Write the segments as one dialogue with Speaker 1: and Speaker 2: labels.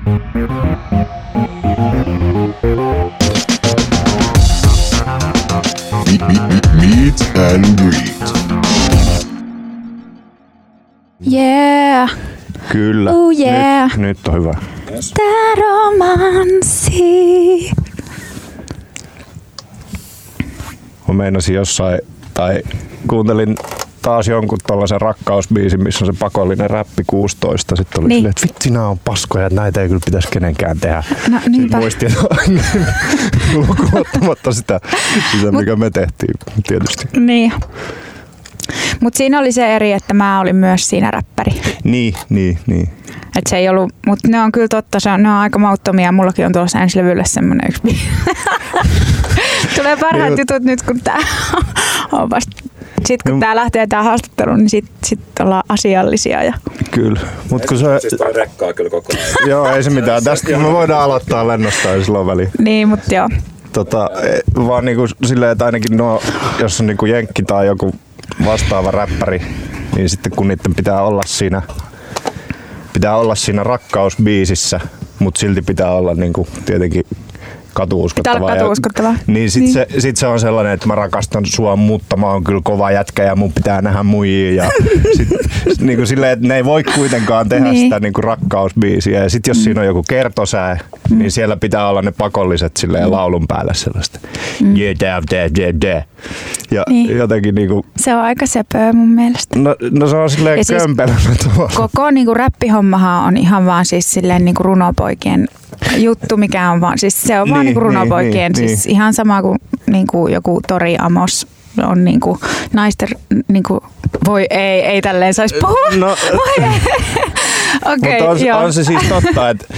Speaker 1: Meet and greet.
Speaker 2: Yeah.
Speaker 3: Kyllä.
Speaker 2: Oh yeah.
Speaker 3: Nyt on hyvä.
Speaker 2: Tää romanssi.
Speaker 3: Mä meinasin jossain, tai kuuntelin taas jonkun tollasen rakkausbiisin, missä on se pakollinen räppi 16. Sitten oli silleen, että vitsi, nää on paskoja, että näitä ei kyllä pitäisi kenenkään tehdä.
Speaker 2: No niinpä.
Speaker 3: Muistin, lukuottamatta sitä mikä me tehtiin tietysti.
Speaker 2: Niin. Mut siinä oli se eri, että mä olin myös siinä räppäri.
Speaker 3: Niin.
Speaker 2: Et se ei ollut, mut ne on kyllä totta, ne on aika mauttomia. Mullakin on tuossa ensilevyllä semmonen yksi biisi. Tulee parhaat jutut nyt, kun tää on vasta. Sitten kun tää lähtee tää haastattelu, niin sit ollaan asiallisia. Ja...
Speaker 3: Kyllä. Mut kun se...
Speaker 4: Siis toi rekkaa kyllä koko ajan.
Speaker 3: Joo, ei se mitään. Tästä me voidaan aloittaa lennosta, ei sillä ole väliä.
Speaker 2: Niin, mut joo.
Speaker 3: Vaan niinku silleen, että ainakin jos on niinku jenkki tai joku vastaava räppäri, niin sitten kun niiden pitää olla siinä rakkausbiisissä, mut silti pitää olla niinku tietenkin katu-uskottavaa. Niin sit se on sellainen, että mä rakastan sua, mutta mä oon kyllä kova jätkä ja mun pitää nähdä muijia. Ja sit niinku silleen, että ne ei voi kuitenkaan tehdä sitä niinku rakkausbiisiä. Ja sit jos siinä on joku kertosää, niin siellä pitää olla ne pakolliset silleen laulun päällä sellaista. Ja jotenkin niinku...
Speaker 2: Se on aika söpöä mun mielestä.
Speaker 3: No se on silleen kömpelönä tuolla.
Speaker 2: Koko niinku räppihommahan on ihan vaan siis silleen niinku runopoikien juttu, mikä on vaan, siis se on vaan niinku runopoikien, siis ihan sama kuin niinku joku Tori Amos on niinku naisten niinku, voi ei tälleen saisi puhua. No,
Speaker 3: okay, mutta on se siis totta, että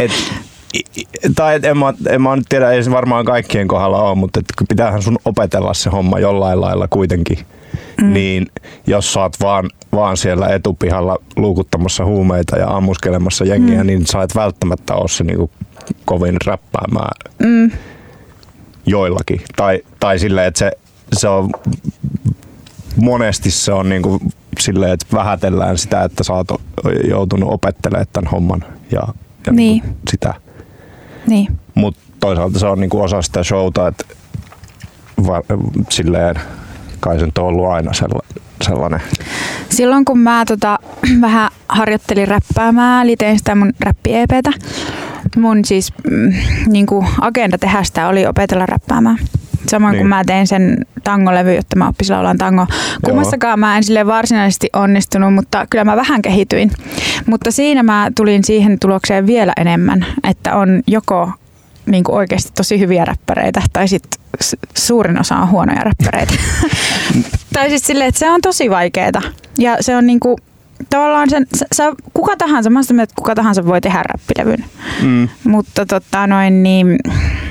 Speaker 3: tai en mä nyt tiedä, ei se varmaan kaikkien kohdalla ole, mutta pitäähän sun opetella se homma jollain lailla kuitenkin. Niin jos sä oot vaan siellä etupihalla luukuttamassa huumeita ja ammuskelemassa jengiä, niin sä et välttämättä ole se niinku kovin räppäämään joillakin. Tai silleen, että se on monesti se on niinku silleen, että vähätellään sitä, että sä oot joutunut opettelemaan tämän homman ja niin. Sitä.
Speaker 2: Niin.
Speaker 3: Mut toisaalta se on niinku osa sitä showta, että silleen kai se on ollut aina sellainen.
Speaker 2: Silloin kun mä vähän harjoittelin räppäämään, eli tein sitä mun räppi-EP:tä, mun siis niinku agenda tehdä sitä oli opetella räppäämään. Samoin niin. Kun mä tein sen tangolevy, jotta mä oppisin laulaan tangoa. Kummassakaan mä en silleen varsinaisesti onnistunut, mutta kyllä mä vähän kehityin. Mutta siinä mä tulin siihen tulokseen vielä enemmän, että on joko niinku oikeasti tosi hyviä räppäreitä tai sitten suurin osa on huonoja räppäreitä. Tai siis silleen, että se on tosi vaikeeta. Ja se on niinku tavallaan kuka tahansa voi tehdä räppilevyn. Mutta niin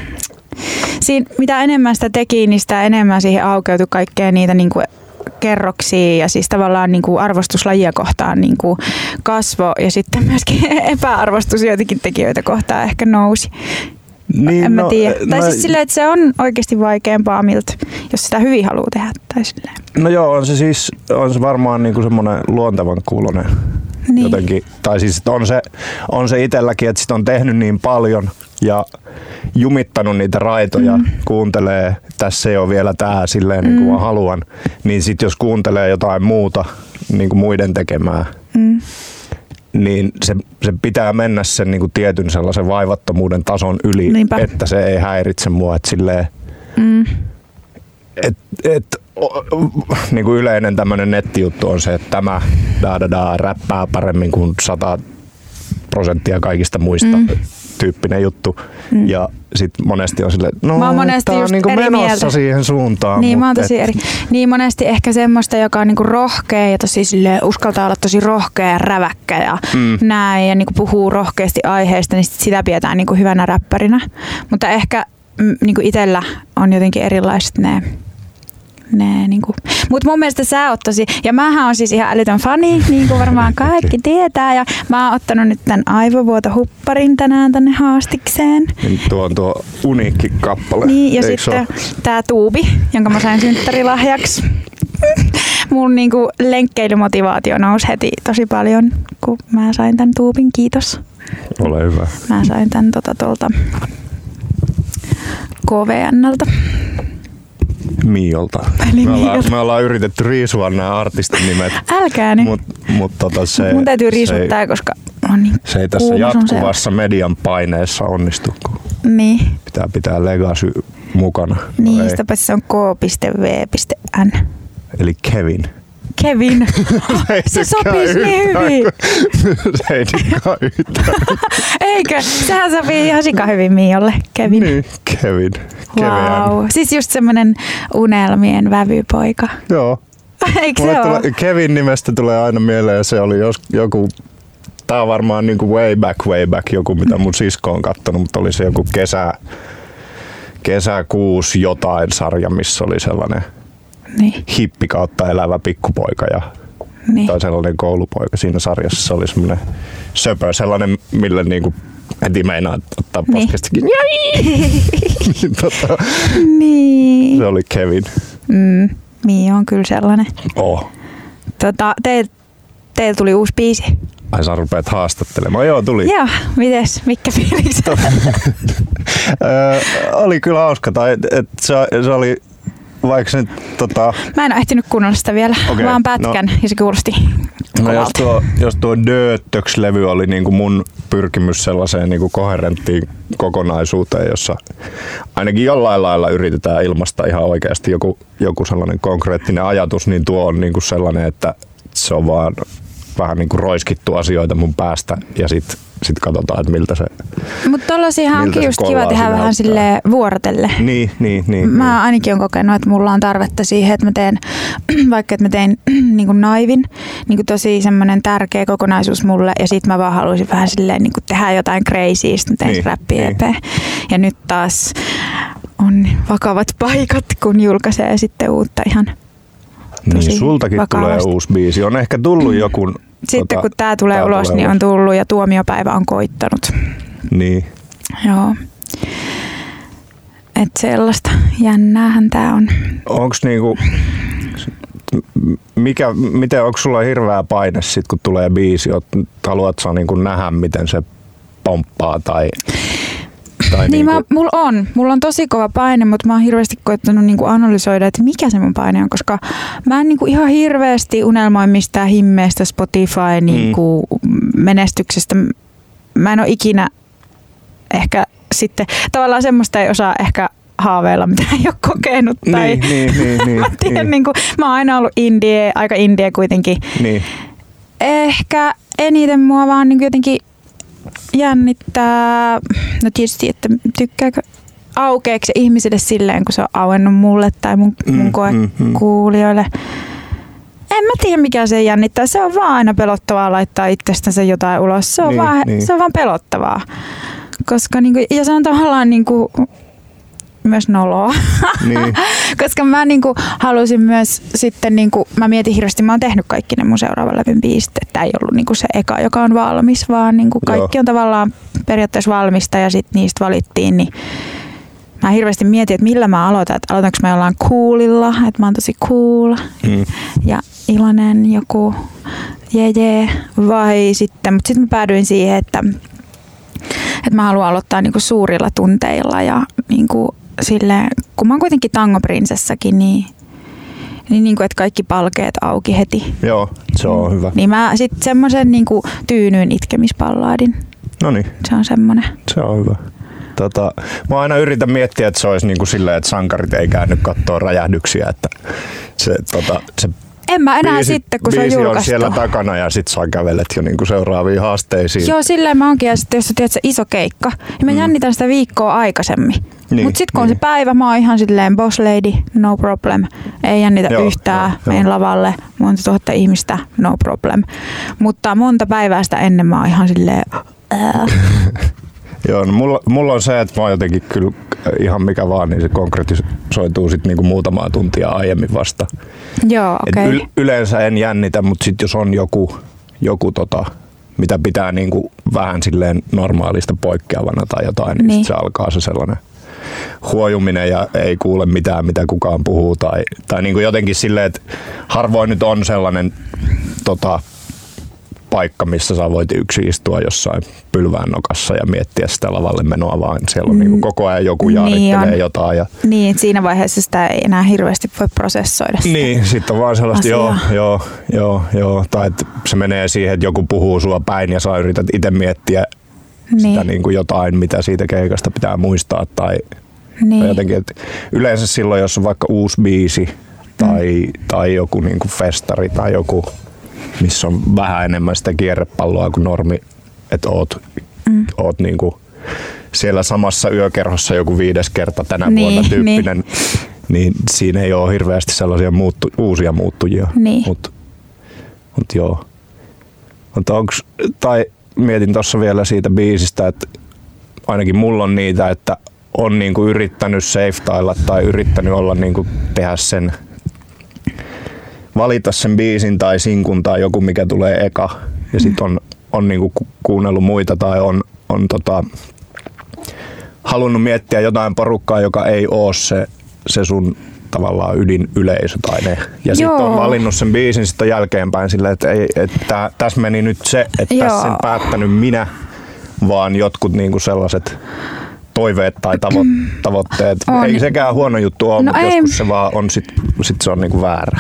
Speaker 2: mitä enemmän sitä teki, niin sitä enemmän siihen aukeutui kaikkea niitä niinku kerroksia ja siis tavallaan niinku arvostuslajia kohtaan niinku kasvo ja sitten myöskin epäarvostus joitakin tekijöitä kohtaan ehkä nousi. Niin, en mä tiedä. Tai siis silleen, että se on oikeasti vaikeampaa miltä, jos sitä hyvin haluaa tehdä. Tai silleen.
Speaker 3: No joo, on se varmaan niinku semmoinen luontevan kuulonen jotenkin. Tai siis on se itselläkin, että sit on tehnyt niin paljon ja jumittanut niitä raitoja, kuuntelee, tässä ei ole vielä tää silleen niin kuin mä haluan, niin sit jos kuuntelee jotain muuta niin kuin muiden tekemää, niin se pitää mennä sen niin kuin tietyn sellaisen vaivattomuuden tason yli, että se ei häiritse mua, että silleen, niin kuin yleinen tämmönen nettijuttu on se, että tämä räppää paremmin kuin 100% kaikista muista tyyppinen juttu. Ja sit monesti on silleen, no tää on niinku menossa mieltä. Siihen suuntaan.
Speaker 2: Niin, mä oon tosi eri. Niin monesti ehkä semmoista, joka on niinku rohkea ja tosi silleen, uskaltaa olla tosi rohkea ja räväkkä ja näin ja niinku puhuu rohkeasti aiheesta, niin sitä pidetään niinku hyvänä räppärinä. Mutta ehkä niinku itellä on jotenkin erilaiset ne niinku. Mut mun mielestä sä oot tosi, ja mähän on siis ihan älytön fani, niin kuin varmaan kaikki tietää, ja mä oon ottanut nyt tän aivovuotohupparin tänään tänne haastikseen.
Speaker 3: Tuo on tuo uniikki kappale.
Speaker 2: Niin, ja sitten tää tuubi, jonka mä sain synttärilahjaksi. mun niinku lenkkeilymotivaatio nousi heti tosi paljon, kun mä sain tän tuubin. Kiitos.
Speaker 3: Ole hyvä.
Speaker 2: Mä sain tän tuolta KVN:ltä.
Speaker 3: Miiolta. Me ollaan yritetty riisua nämä artistin nimet.
Speaker 2: Älkää nyt.
Speaker 3: Mut se,
Speaker 2: mun täytyy riisua tää, koska on niin
Speaker 3: se ei tässä jatkuvassa median paineessa onnistu, kun pitää legacy mukana.
Speaker 2: Niin, sitä paitsi se on k.v.n.
Speaker 3: Eli Kevin.
Speaker 2: Kevin. Se sopisi niin hyvin.
Speaker 3: Se ei niinkään yhtään.
Speaker 2: Eikö? Sehän sopii ihan sika hyvin Miiolle. Kevin.
Speaker 3: Niin, Kevin.
Speaker 2: Wow. Siis just semmonen unelmien vävypoika.
Speaker 3: Joo.
Speaker 2: Eikö se ole?
Speaker 3: Kevin nimestä tulee aina mieleen, se oli joku, tää on varmaan niinku way back joku, mitä mun sisko on kattonut, mutta oli se joku kesäkuusi jotain sarja, missä oli sellainen hippi kautta elävä pikkupoika tai sellainen koulupoika. Siinä sarjassa se oli semmoinen söpö, sellainen, mille niinku heti meinaa ottaa poskestakin.
Speaker 2: Niin.
Speaker 3: Se oli Kevin.
Speaker 2: Mio on kyllä sellainen. Teillä tuli uusi biisi.
Speaker 3: Ai sä rupeat haastattelemaan. Joo, tuli.
Speaker 2: Joo, mites? Mikä fiilis?
Speaker 3: Oli kyllä hauska. Se oli, vaikka se nyt
Speaker 2: Mä en ole ehtinyt kuunnella sitä vielä, vaan pätkän ja se kuulosti kovalta.
Speaker 3: Jos tuo Dötöks-levy oli niinku mun pyrkimys sellaiseen niinku koherenttiin kokonaisuuteen, jossa ainakin jollain lailla yritetään ilmaista ihan oikeasti joku sellainen konkreettinen ajatus, niin tuo on niinku sellainen, että se on vaan vähän niinku roiskittu asioita mun päästä ja sit katsotaan, että miltä se. Mutta tollasiahan
Speaker 2: onkin just kiva tehdä vähän silleen vuorotelle.
Speaker 3: Niin.
Speaker 2: Mä ainakin on kokenut, että mulla on tarvetta siihen, että mä teen, vaikka että mä teen niin kuin naivin, niin kuin tosi semmoinen tärkeä kokonaisuus mulle, ja sit mä vaan haluaisin vähän silleen niin kuin tehdä jotain crazy, sit mä teen räppi-EP. Ja nyt taas on vakavat paikat, kun julkaisee sitten uutta ihan tosi
Speaker 3: niin, sultakin vakavasti. Tulee uusi biisi. On ehkä tullut joku.
Speaker 2: Sitten kun tää tulee ulos, niin on tullut ja tuomiopäivä on koittanut.
Speaker 3: Niin.
Speaker 2: Joo. Et sellaista jännäähän tää on.
Speaker 3: Onks niinku, onko sulla hirveä paine sit kun tulee biisi? Haluat sä niinku nähdä miten se pomppaa tai
Speaker 2: niin niinku. Mulla on tosi kova paine, mutta mä oon hirveästi koittanut niinku analysoida, että mikä se mun paine on, koska mä en niinku ihan hirveästi unelmoi mistään himmeestä Spotify niinku menestyksestä. Mä en oo ikinä ehkä sitten, tavallaan semmoista ei osaa ehkä haaveilla, mitä ei ole kokenut. Tai mä oon aina ollut aika indie kuitenkin.
Speaker 3: Niin.
Speaker 2: Ehkä eniten mua vaan niinku jotenkin jännittää, no tietysti, että tykkääkö, aukeeko se ihmisille silleen, kun se on auennut mulle tai mun koekuulijoille. En mä tiedä, mikä se jännittää. Se on vaan aina pelottavaa laittaa itsestänsä jotain ulos. Se on, se on vaan pelottavaa. Koska, niinku, ja se on tavallaan niinku, myös noloa. Niin. Koska mä niinku halusin myös sitten, niinku, mä mietin hirveästi, mä oon tehnyt kaikki ne mun seuraavan levyn biisit. Tämä ei ollut niinku se eka, joka on valmis, vaan niinku kaikki on tavallaan periaatteessa valmista ja sitten niistä valittiin. Niin mä hirveästi mietin, että millä mä aloitan. Että aloitanko mä jollain coolilla, että mä oon tosi cool ja iloinen joku vai sitten. Mutta sitten mä päädyin siihen, että mä haluan aloittaa niinku suurilla tunteilla ja niinku silleen, kun mä oon kuitenkin tangoprinsessakin, niin niinku, että kaikki palkeet auki heti.
Speaker 3: Joo, se on hyvä.
Speaker 2: Niin mä sit semmosen niinku tyynyyn itkemispallaadin.
Speaker 3: Noniin.
Speaker 2: Se on semmonen.
Speaker 3: Se on hyvä. Mä aina yritän miettiä, että se olisi niinku silleen, että sankarit ei käynyt kattoo räjähdyksiä, että se
Speaker 2: en mä enää sitten, kun se on julkaistu.
Speaker 3: On siellä takana ja sit sä kävelet jo niinku seuraaviin haasteisiin.
Speaker 2: Joo, silleen mä onkin. Ja sitten jos sä tiedät se iso keikka, niin mä jännitän sitä viikkoa aikaisemmin. Niin, mut sit kun on se päivä, mä oon ihan silleen boss lady, no problem. Ei jännitä yhtään, menen lavalle, monta tuhatta ihmistä, no problem. Mutta monta päivää sitä ennen mä oon ihan silleen
Speaker 3: Joo, no mulla on se, että mä oon jotenkin kyllä ihan mikä vaan, niin se konkretisoituu sit niinku muutamaa tuntia aiemmin vasta.
Speaker 2: Joo, okei.
Speaker 3: Yleensä en jännitä, mutta sit jos on joku mitä pitää niinku vähän silleen normaalista poikkeavana tai jotain, niin sit se alkaa se sellainen huojuminen ja ei kuule mitään, mitä kukaan puhuu. Tai niin kuin jotenkin silleen, että harvoin nyt on sellainen paikka, missä sä voit yksin istua jossain pylvään nokassa ja miettiä sitä lavalle menoa, vaan siellä on niin kuin koko ajan joku jaarittelee jotain.
Speaker 2: Niin, että siinä vaiheessa sitä ei enää hirveästi voi prosessoida sitä.
Speaker 3: Niin, sitten on vaan sellaista, joo, tai että se menee siihen, että joku puhuu sua päin ja sä yrität itse miettiä sitä niin kuin jotain, mitä siitä keikasta pitää muistaa tai jotenkin, että yleensä silloin, jos on vaikka uusi biisi tai joku niin kuin festari tai joku, missä on vähän enemmän sitä kierrepalloa kuin normi, että oot niin kuin siellä samassa yökerhossa joku 5. kerta tänä vuonna tyyppinen, niin siinä ei ole hirveästi sellaisia uusia muuttujia.
Speaker 2: Niin.
Speaker 3: Mut joo. Tai mietin tuossa vielä siitä biisistä, että ainakin mulla on niitä, että on niinku yrittänyt safetailla tai yrittänyt olla niinku tehdä sen, valita sen biisin tai sinkun tai joku mikä tulee eka ja sit on niinku kuunnellut muita tai on halunnut miettiä jotain porukkaa, joka ei oo se sun tavallaan ydinyleisö tai ne. Ja sitten on valinnut sen biisin sitten jälkeenpäin silleen, että tässä meni nyt se, että tässä en päättänyt minä, vaan jotkut niinku sellaiset toiveet tai tavoitteet. Ei sekään huono juttu ole, mutta joskus se vaan on sit se on niinku väärä.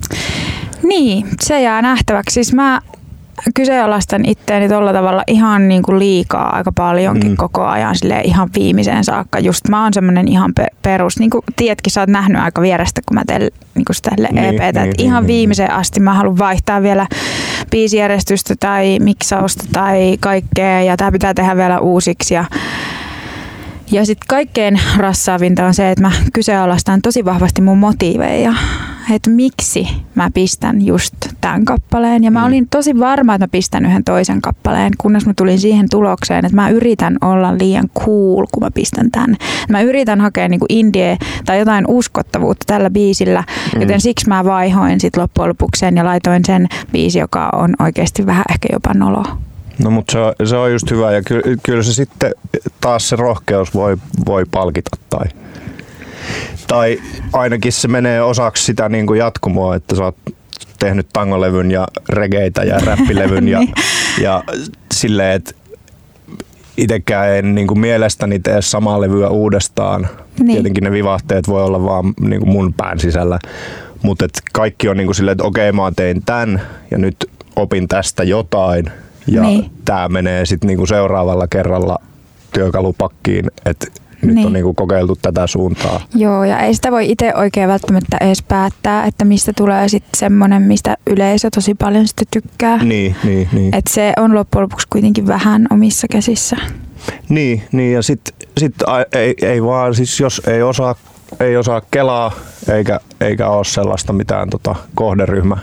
Speaker 3: Niin, se jää nähtäväksi. Siis mä kyseenalaistan itteeni tolla tavalla ihan niinku liikaa aika paljonkin koko ajan silleen ihan viimeiseen saakka. Just mä oon semmonen ihan perus, niinku tiedätkin, sä oot nähnyt aika vierestä, kun mä teen niinku sitä EP:tä, että ihan viimeiseen asti mä haluan vaihtaa vielä biisijärjestystä tai miksausta tai kaikkea ja tää pitää tehdä vielä uusiksi ja sitten kaikkein rassaavinta on se, että mä kyseenalaistan tosi vahvasti mun motiiveja, että miksi mä pistän just tämän kappaleen. Ja mä olin tosi varma, että mä pistän yhden toisen kappaleen, kunnes mä tulin siihen tulokseen, että mä yritän olla liian cool, kun mä pistän tän. Mä yritän hakea niinku indie tai jotain uskottavuutta tällä biisillä, joten siksi mä vaihoin sit loppujen lopuksi sen ja laitoin sen biisi, joka on oikeasti vähän ehkä jopa nolo. No mutta se on just hyvä ja kyllä se sitten taas se rohkeus voi palkita tai ainakin se menee osaksi sitä niin kuin jatkumoa, että sä oot tehnyt tangolevyn ja regeitä ja räppilevyn ja silleen, että itsekään en niin kuin mielestäni tee samaa levyä uudestaan. Niin. Tietenkin ne vivahteet voi olla vaan niin kuin mun pään sisällä, mutta kaikki on niin kuin silleen, että okei, mä tein tän ja nyt opin tästä jotain. Ja tää menee sitten niinku seuraavalla kerralla työkalupakkiin, että nyt on niinku kokeiltu tätä suuntaa.
Speaker 2: Joo, ja ei sitä voi itse oikein välttämättä edes päättää, että mistä tulee sitten semmoinen, mistä yleisö tosi paljon sitten tykkää.
Speaker 3: Niin.
Speaker 2: Että se on loppujen lopuksi kuitenkin vähän omissa käsissä.
Speaker 3: Niin ja sit ei vaan, siis jos ei osaa kelaa eikä ole sellaista mitään kohderyhmä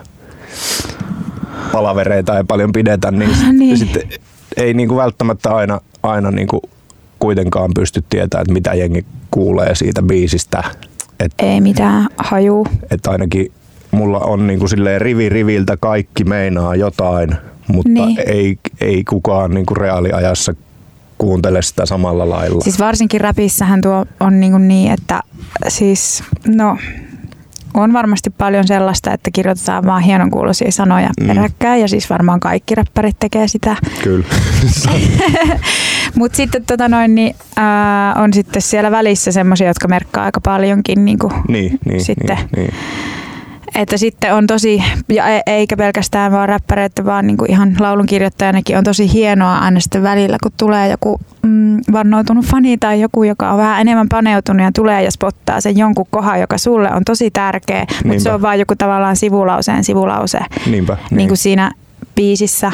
Speaker 3: palavereita ei paljon pidetä, niin. Sitten ei niinku välttämättä aina niinku kuitenkaan pysty tietämään, että mitä jengi kuulee siitä biisistä.
Speaker 2: Ei mitään hajuu. Että
Speaker 3: ainakin mulla on niinku silleen riviltä kaikki meinaa jotain, mutta ei kukaan niinku reaaliajassa kuuntele sitä samalla lailla.
Speaker 2: Siis varsinkin räpissähän tuo on niin, että siis on varmasti paljon sellaista, että kirjoitetaan vaan hienonkuuloisia sanoja peräkkäin ja siis varmaan kaikki räppärit tekee sitä.
Speaker 3: Kyllä.
Speaker 2: Mutta sitten on sitten siellä välissä semmoisia, jotka merkkaa aika paljonkin niin. Että sitten on tosi, ja eikä pelkästään vaan räppäreitä, vaan niinku ihan laulunkirjoittajanakin on tosi hienoa aina sitten välillä, kun tulee joku vannoutunut fani tai joku, joka on vähän enemmän paneutunut ja tulee ja spottaa sen jonkun kohan, joka sulle on tosi tärkeä, mutta se on vaan joku tavallaan sivulause.
Speaker 3: Niinpä.
Speaker 2: Niin kuin siinä biisissä.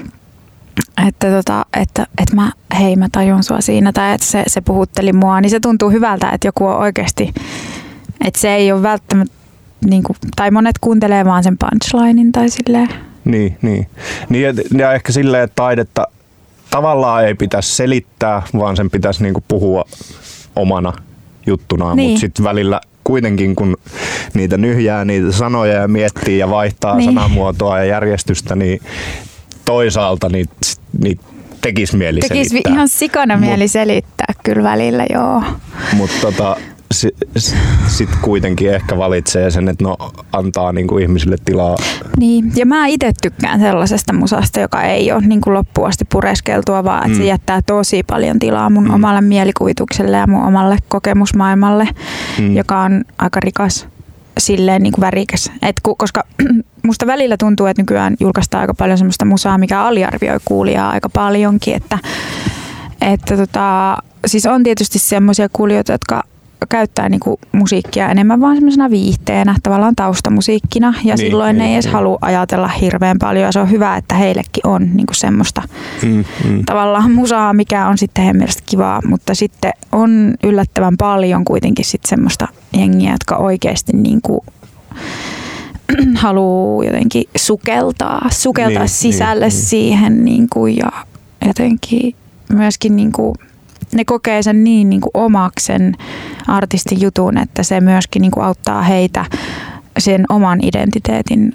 Speaker 2: Että mä tajun sua siinä tai että se puhutteli mua, niin se tuntuu hyvältä, että joku on oikeasti, että se ei ole välttämättä tai monet kuuntelee vaan sen punchlinein tai silleen.
Speaker 3: Niin ja ehkä silleen, että taidetta tavallaan ei pitäisi selittää, vaan sen pitäisi puhua omana juttunaan, mutta sitten välillä kuitenkin kun niitä nyhjää niitä sanoja ja miettii ja vaihtaa sanamuotoa ja järjestystä, niin toisaalta niitä tekisi mieli selittää.
Speaker 2: Ihan sikana mieli selittää kyllä välillä, joo.
Speaker 3: Mutta sit kuitenkin ehkä valitsee sen, että no antaa niinku ihmisille tilaa.
Speaker 2: Niin, ja mä itse tykkään sellaisesta musasta, joka ei ole niinku loppuun asti pureskeltua, vaan että se jättää tosi paljon tilaa mun omalle mielikuvitukselle ja mun omalle kokemusmaailmalle, joka on aika rikas, silleen niinku värikäs. Koska musta välillä tuntuu, että nykyään julkaistaan aika paljon semmoista musaa, mikä aliarvioi kuulijaa aika paljonkin, että siis on tietysti semmoisia kuulijoita, jotka käyttää niinku musiikkia enemmän vaan semmoisena viihteenä, tavallaan taustamusiikkina, ja silloin ne ei edes halua ajatella hirveän paljon, ja se on hyvä, että heillekin on niinku semmoista tavallaan musaa, mikä on sitten heidän mielestä kivaa, mutta sitten on yllättävän paljon kuitenkin sitten semmoista jengiä, jotka oikeasti niinku haluaa jotenkin sukeltaa sisälle siihen niinku, ja jotenkin myöskin niinku ne kokee sen niin kuin omaksen artistin jutun, että se myöskin niin kuin auttaa heitä sen oman identiteetin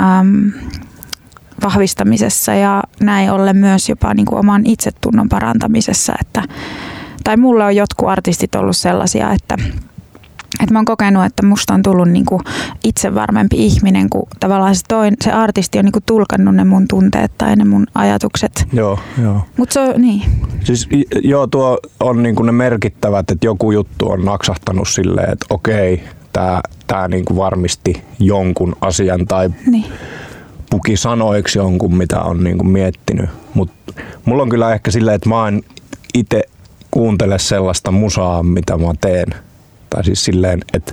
Speaker 2: vahvistamisessa ja näin ollen myös jopa niin kuin oman itsetunnon parantamisessa. Tai mulle on jotkut artistit ollut sellaisia, että mä oon kokenut, että musta on tullut niinku itsevarmempi ihminen, kun tavallaan se artisti on niinku tulkannut ne mun tunteet tai ne mun ajatukset.
Speaker 3: Joo.
Speaker 2: Mut se on niin.
Speaker 3: Siis tuo on niinku ne merkittävät, että joku juttu on naksahtanut silleen, että okei, tää niinku varmisti jonkun asian tai puki sanoiksi jonkun, mitä on niinku miettinyt. Mut mulla on kyllä ehkä silleen, että mä en itse kuuntele sellaista musaa, mitä mä teen. Tai siis silleen, että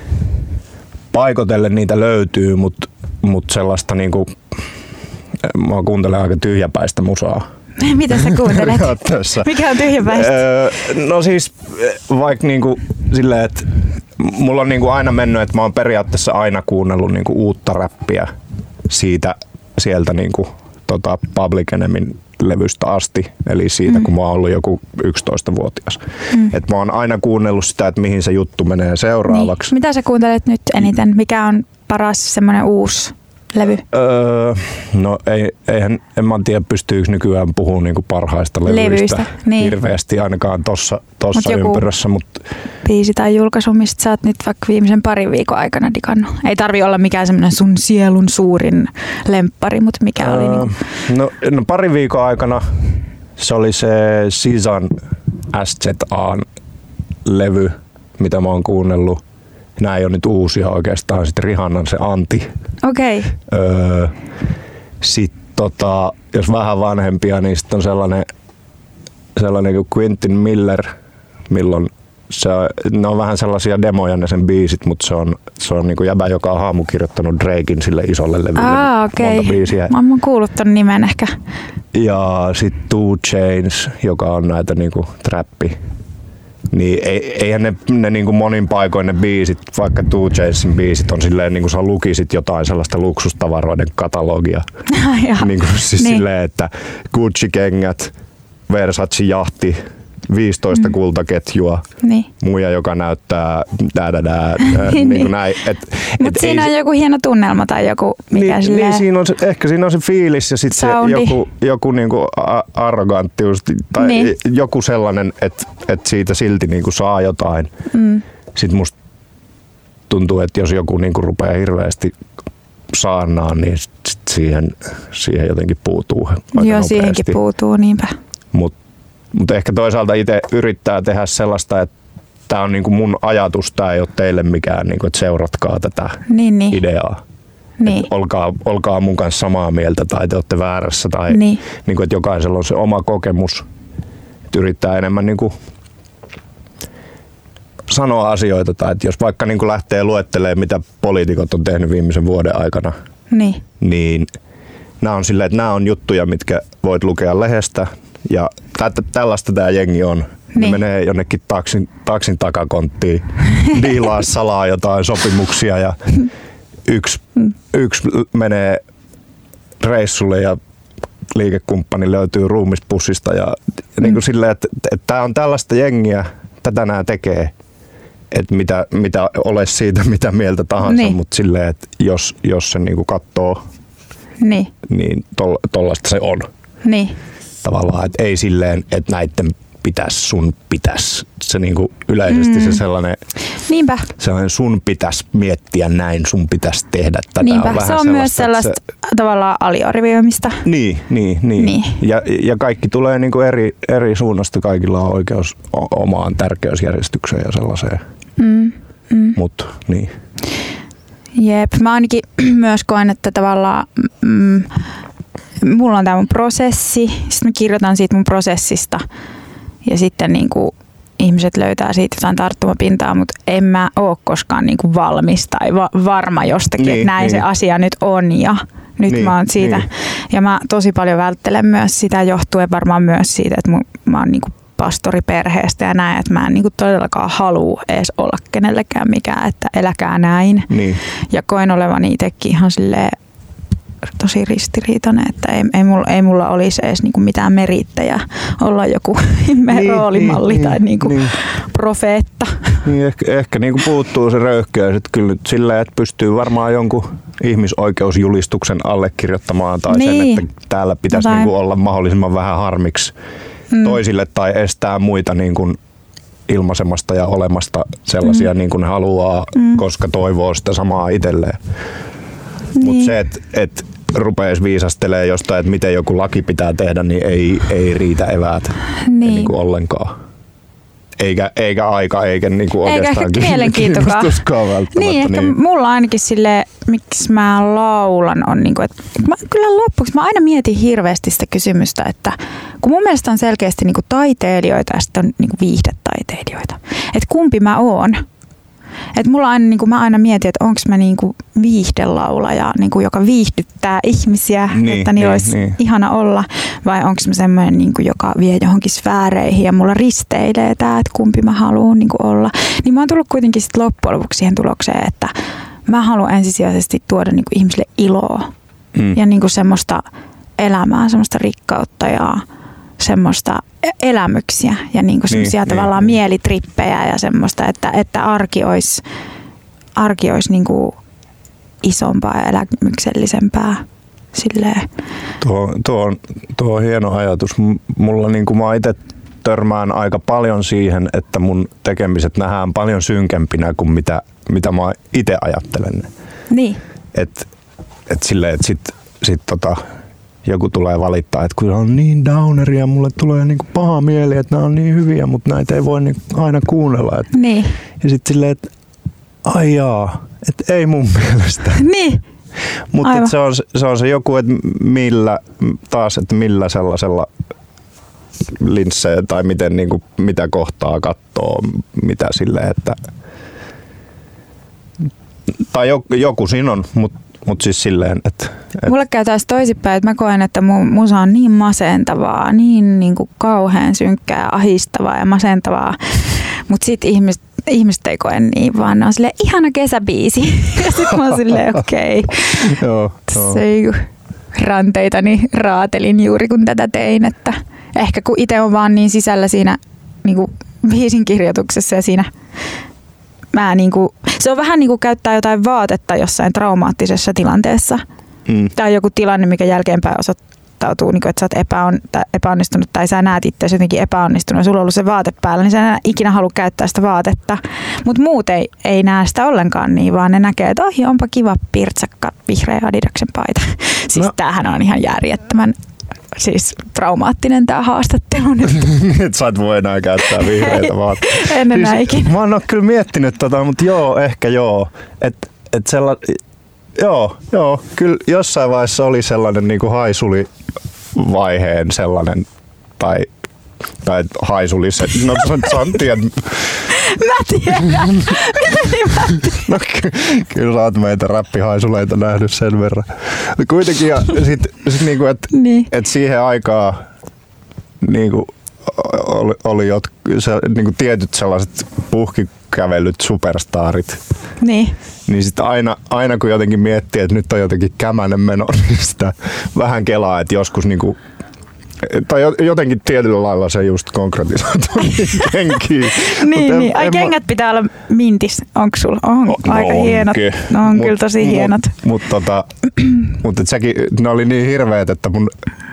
Speaker 3: paikotellen niitä löytyy, mut sellaista niinku, mä kuuntelen aika tyhjäpäistä musaa.
Speaker 2: Mitä sä kuuntelet? Mikä on tyhjäpäistä?
Speaker 3: No siis vaikka niinku silleen, että mulla on niinku aina mennyt, että mä oon periaatteessa aina kuunnellut niinku uutta räppiä sieltä niinku Public Enemyn levystä asti, eli siitä kun mä oon ollut joku 11-vuotias. Et mä oon aina kuunnellut sitä, että mihin se juttu menee seuraavaksi.
Speaker 2: Niin. Mitä sä kuuntelet nyt eniten? Mikä on paras semmoinen uusi levy?
Speaker 3: No en mä tiedä, pystyykö nykyään puhumaan niinku parhaista levyistä hirveästi ainakaan tossa ympyrässä.
Speaker 2: Biisi tai julkaisu, mistä sä oot nyt vaikka viimeisen parin viikon aikana digannut. Ei tarvi olla mikään semmoinen sun sielun suurin lemppari, mutta mikä oli niinku...
Speaker 3: No parin viikon aikana se oli se Sizan SZA:n levy, mitä mä oon kuunnellut. Nää ei ole nyt uusia oikeastaan, sitten Rihannan se Anti.
Speaker 2: Okei.
Speaker 3: Sitten jos vähän vanhempia, niin sitten on sellainen kuin Quentin Miller, milloin ne on vähän sellaisia demoja ne sen biisit, mutta se on niinku jäbä, joka on haamukirjoittanut Drakein sille isolle levylle.
Speaker 2: Okei.
Speaker 3: Monta biisiä.
Speaker 2: Mä oon kuullut ton nimen ehkä.
Speaker 3: Ja sitten 2 Chainz, joka on näitä niinku trappi. Niin eihän ne niinku monin paikoin ne biisit, vaikka 2 Chainzin biisit on silleen, niinku sä lukisit jotain sellaista luksustavaroiden katalogia. Niinku siis silleen, että Gucci-kengät, Versace jahti, 15 kultaketjua, muija, joka näyttää niin näin.
Speaker 2: Mutta siinä on joku hieno tunnelma tai joku mikä silleen...
Speaker 3: Ehkä siinä on se fiilis ja sitten se joku niinku arroganttius tai joku sellainen, että siitä silti niinku saa jotain. Sitten musta tuntuu, että jos joku niinku rupeaa hirveästi saarnaan, niin siihen jotenkin puutuu aika nopeasti.
Speaker 2: Siihenkin puutuu, niinpä.
Speaker 3: Mutta ehkä toisaalta itse yrittää tehdä sellaista, että tämä on niinku mun ajatus, tämä ei ole teille mikään, niinku, että seuratkaa tätä ideaa. Niin. Olkaa mun kanssa samaa mieltä tai te olette väärässä. Tai niinku, että jokaisella on se oma kokemus. Että yrittää enemmän niinku sanoa asioita. Tai että jos vaikka niinku lähtee luettelemaan, mitä poliitikot on tehnyt viimeisen vuoden aikana, niin nämä on silleen, että nämä on juttuja, mitkä voit lukea lehdestä. Ja tällaista tää jengi on. Ne menee jonnekin taksin takakonttiin, diilaa salaa jotain sopimuksia ja yksi menee reissulle ja liikekumppani löytyy ruumispussista ja niinku silleen, että tää on tällaista jengiä, tätä nää tekee. Että mitä ole siitä mitä mieltä tahansa, mutta silleen, että jos se niinku kattoo, niin tollaista se on.
Speaker 2: Niin.
Speaker 3: Tavallaan, että ei silleen, että näitten sun pitäisi. Se niinku yleisesti se sellainen,
Speaker 2: Niinpä.
Speaker 3: sellainen sun pitäisi miettiä näin, sun pitäisi tehdä tätä.
Speaker 2: Niinpä, se on myös sellaista tavallaan aliarvioimista.
Speaker 3: Niin. Ja kaikki tulee niinku eri suunnasta, kaikilla on oikeus omaan tärkeysjärjestykseen ja sellaiseen. Mut niin.
Speaker 2: Jep, mä ainakin myös koen, että tavallaan mulla on tää mun prosessi, sitten mä kirjoitan siitä mun prosessista ja sitten niinku ihmiset löytää siitä jotain tarttumapintaa, mutta en mä oo koskaan niinku valmis tai varma jostakin, että näin se asia nyt on ja nyt mä oon siitä. Ja mä tosi paljon välttelen myös sitä johtuen varmaan myös siitä, että mä oon niinku pastoriperheestä ja näin, että mä en niinku todellakaan halua edes olla kenellekään mikään, että eläkää näin. Ja koen olevani itsekin ihan silleen tosi ristiriitainen, että ei mulla olisi edes niinku mitään merittäjä olla joku roolimalli tai niinku profeetta.
Speaker 3: Niin, ehkä niinku puuttuu se röyhkeys, että kyllä nyt silleen, että pystyy varmaan jonkun ihmisoikeusjulistuksen allekirjoittamaan tai sen, että täällä pitäisi niinku olla mahdollisimman vähän harmiksi toisille tai estää muita niinku ilmaisemasta ja olemasta sellaisia niin kuin ne haluaa, koska toivoo sitä samaa itselleen. Mutta se, että rupeaisi viisastelemaan jostain, että miten joku laki pitää tehdä, niin ei riitä eväät niin kuin ollenkaan. Eikä aika, eikä niinku oikeastaan
Speaker 2: kiinnostuskaan välttämättä. Niin, ehkä mulla ainakin silleen, miksi mä laulan, on niinku, että kyllä loppuksi mä aina mietin hirveästi sitä kysymystä, että kun mun mielestä on selkeästi niinku taiteilijoita ja sitten on niinku viihdetaiteilijoita, että kumpi mä oon. Et mulla aina, niin mä aina mietin, että onko mä niinku viihdelaulaja, niinku, joka viihdyttää ihmisiä, että niillä olisi ihana olla, vai onko mä semmoinen, niinku, joka vie johonkin sfääreihin ja mulla risteilee tää, että kumpi mä haluan niinku olla. Niin mä oon tullut kuitenkin sit loppujen lopuksi siihen tulokseen, että mä haluan ensisijaisesti tuoda niinku ihmisille iloa ja niinku semmoista elämää, semmoista rikkautta ja semmoista elämyksiä ja niinku semmoisia tavallaan mielitrippejä ja semmoista, että arki olisi niinku isompaa ja elämyksellisempää. Silleen.
Speaker 3: Tuo on hieno ajatus. Mulla niinku mä itse törmään aika paljon siihen, että mun tekemiset nähdään paljon synkempinä kuin mitä mä itse ajattelen.
Speaker 2: Niin.
Speaker 3: Et silleen, että sit joku tulee valittaa, että kun on niin downeria, mulle tulee niinku paha mieli, että nämä on niin hyviä, mutta näitä ei voi niinku aina kuunnella.
Speaker 2: Niin.
Speaker 3: Ja sitten silleen, että ai jaa, että ei mun mielestä.
Speaker 2: Niin.
Speaker 3: Mutta se on se joku, että millä sellaisella linssejä tai miten niinku, mitä kohtaa katsoo, mitä silleen, että tai joku siinä on, mutta siis silleen, että
Speaker 2: mulle käy taas toisinpäin, että mä koen, että musa on niin masentavaa, niin kuin kauhean synkkää, ahistavaa ja masentavaa. Mutta sit ihmiset ei koe niin, vaan ne on silleen ihana kesäbiisi. Ja sit mä oon silleen okei. Se ranteitani raatelin juuri kun tätä tein, että ehkä kun itse on vaan niin sisällä siinä niinku biisin kirjoituksessa ja siinä se on vähän niin kuin käyttää jotain vaatetta jossain traumaattisessa tilanteessa. Tai joku tilanne, mikä jälkeenpäin osoittautuu, että sä oot epäonnistunut tai sä näet itseäsi jotenkin epäonnistunut ja sulla on ollut se vaate päällä, niin sä en ikinä halua käyttää sitä vaatetta. Mutta muut ei näe sitä ollenkaan niin, vaan ne näkee, että onpa kiva pirtsakka vihreä Adidaksen paita. Siis tämähän on ihan järjettömän traumaattinen tää haastattelu nyt.
Speaker 3: Et sä et voi enää käyttää vihreitä vaatteita.
Speaker 2: En enää ikinä.
Speaker 3: Mä oon kyllä miettinyt mutta ehkä joo. Joo, kyllä jossain vaiheessa oli sellainen niinku haisulivaiheen sellainen tai haisuli se. No tiedät.
Speaker 2: Mä tiedän.
Speaker 3: No kyllä sä oot meitä räppihaisuleita nähnyt sen verran. Kuitenkin ja sit niinku et siihen aikaan niinku oli niinku tietyt sellaiset puhkikävellyt superstarit. Niin sitten aina kun jotenkin miettii, että nyt on jotenkin kämänen meno, niin sitä vähän kelaa, että joskus niinku tai jotenkin tietyllä lailla se just konkretisoituu kenkiin.
Speaker 2: niin. Ai kengät pitää olla mintis. Onko sulla? On aika hienot. No on kyllä tosi hienot.
Speaker 3: Mutta sekin, ne oli niin hirveet, että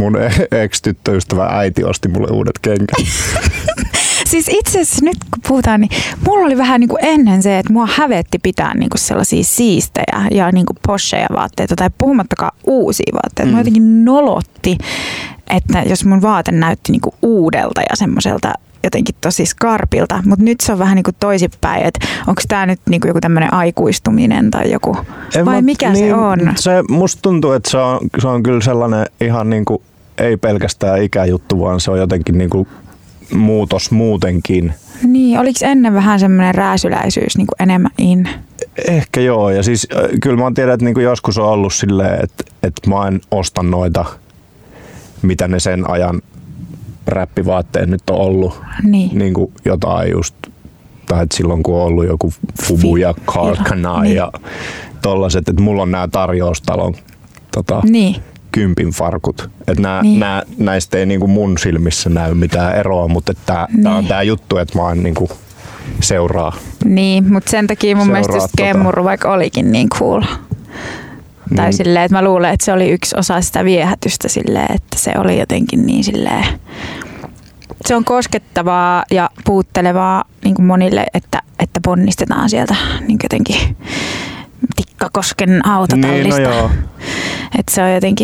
Speaker 3: mun ex-tyttöystävä äiti osti mulle uudet kengät.
Speaker 2: Siis itse asiassa nyt kun puhutaan, niin mulla oli vähän niin kuin ennen se, että mua hävetti pitää niin kuin sellaisia siistejä ja niin kuin posheja vaatteita tai puhumattakaan uusia vaatteita. Mua jotenkin nolotti, että jos mun vaate näytti niin kuin uudelta ja semmoiselta jotenkin tosi skarpilta, mutta nyt se on vähän niin kuin toisinpäin, että onko tämä nyt niin kuin joku tämmöinen aikuistuminen tai joku, vai mikä se on?
Speaker 3: Musta tuntuu, että se on kyllä sellainen ihan niin kuin, ei pelkästään ikäjuttu, vaan se on jotenkin niin kuin muutos muutenkin.
Speaker 2: Niin, oliko ennen vähän semmoinen rääsyläisyys niin kuin enemmän in?
Speaker 3: Ehkä joo, ja siis kyllä mä tiedän, että niin kuin joskus on ollut silleen, että mä en osta noita, mitä ne sen ajan räppivaatteet nyt on ollut. Niin kuin jotain just, tai että silloin kun on ollut joku Fubu ja Karkana ja tollaset, että mulla on nämä tarjoustalon kympin farkut. Että näistä ei niinku mun silmissä näy mitään eroa, mutta tää on tää juttu, että mä en niinku seuraa.
Speaker 2: Niin, mutta sen takia mun mielestä just kemmuru vaikka olikin niin cool. Tai silleen, että mä luulen, että se oli yksi osa sitä viehätystä silleen, että se oli jotenkin niin silleen. Se on koskettavaa ja puuttelevaa niin kuin monille, että ponnistetaan sieltä niin jotenkin Tikkakosken autotallista.
Speaker 3: Niin, no joo.
Speaker 2: Että se on jotenkin.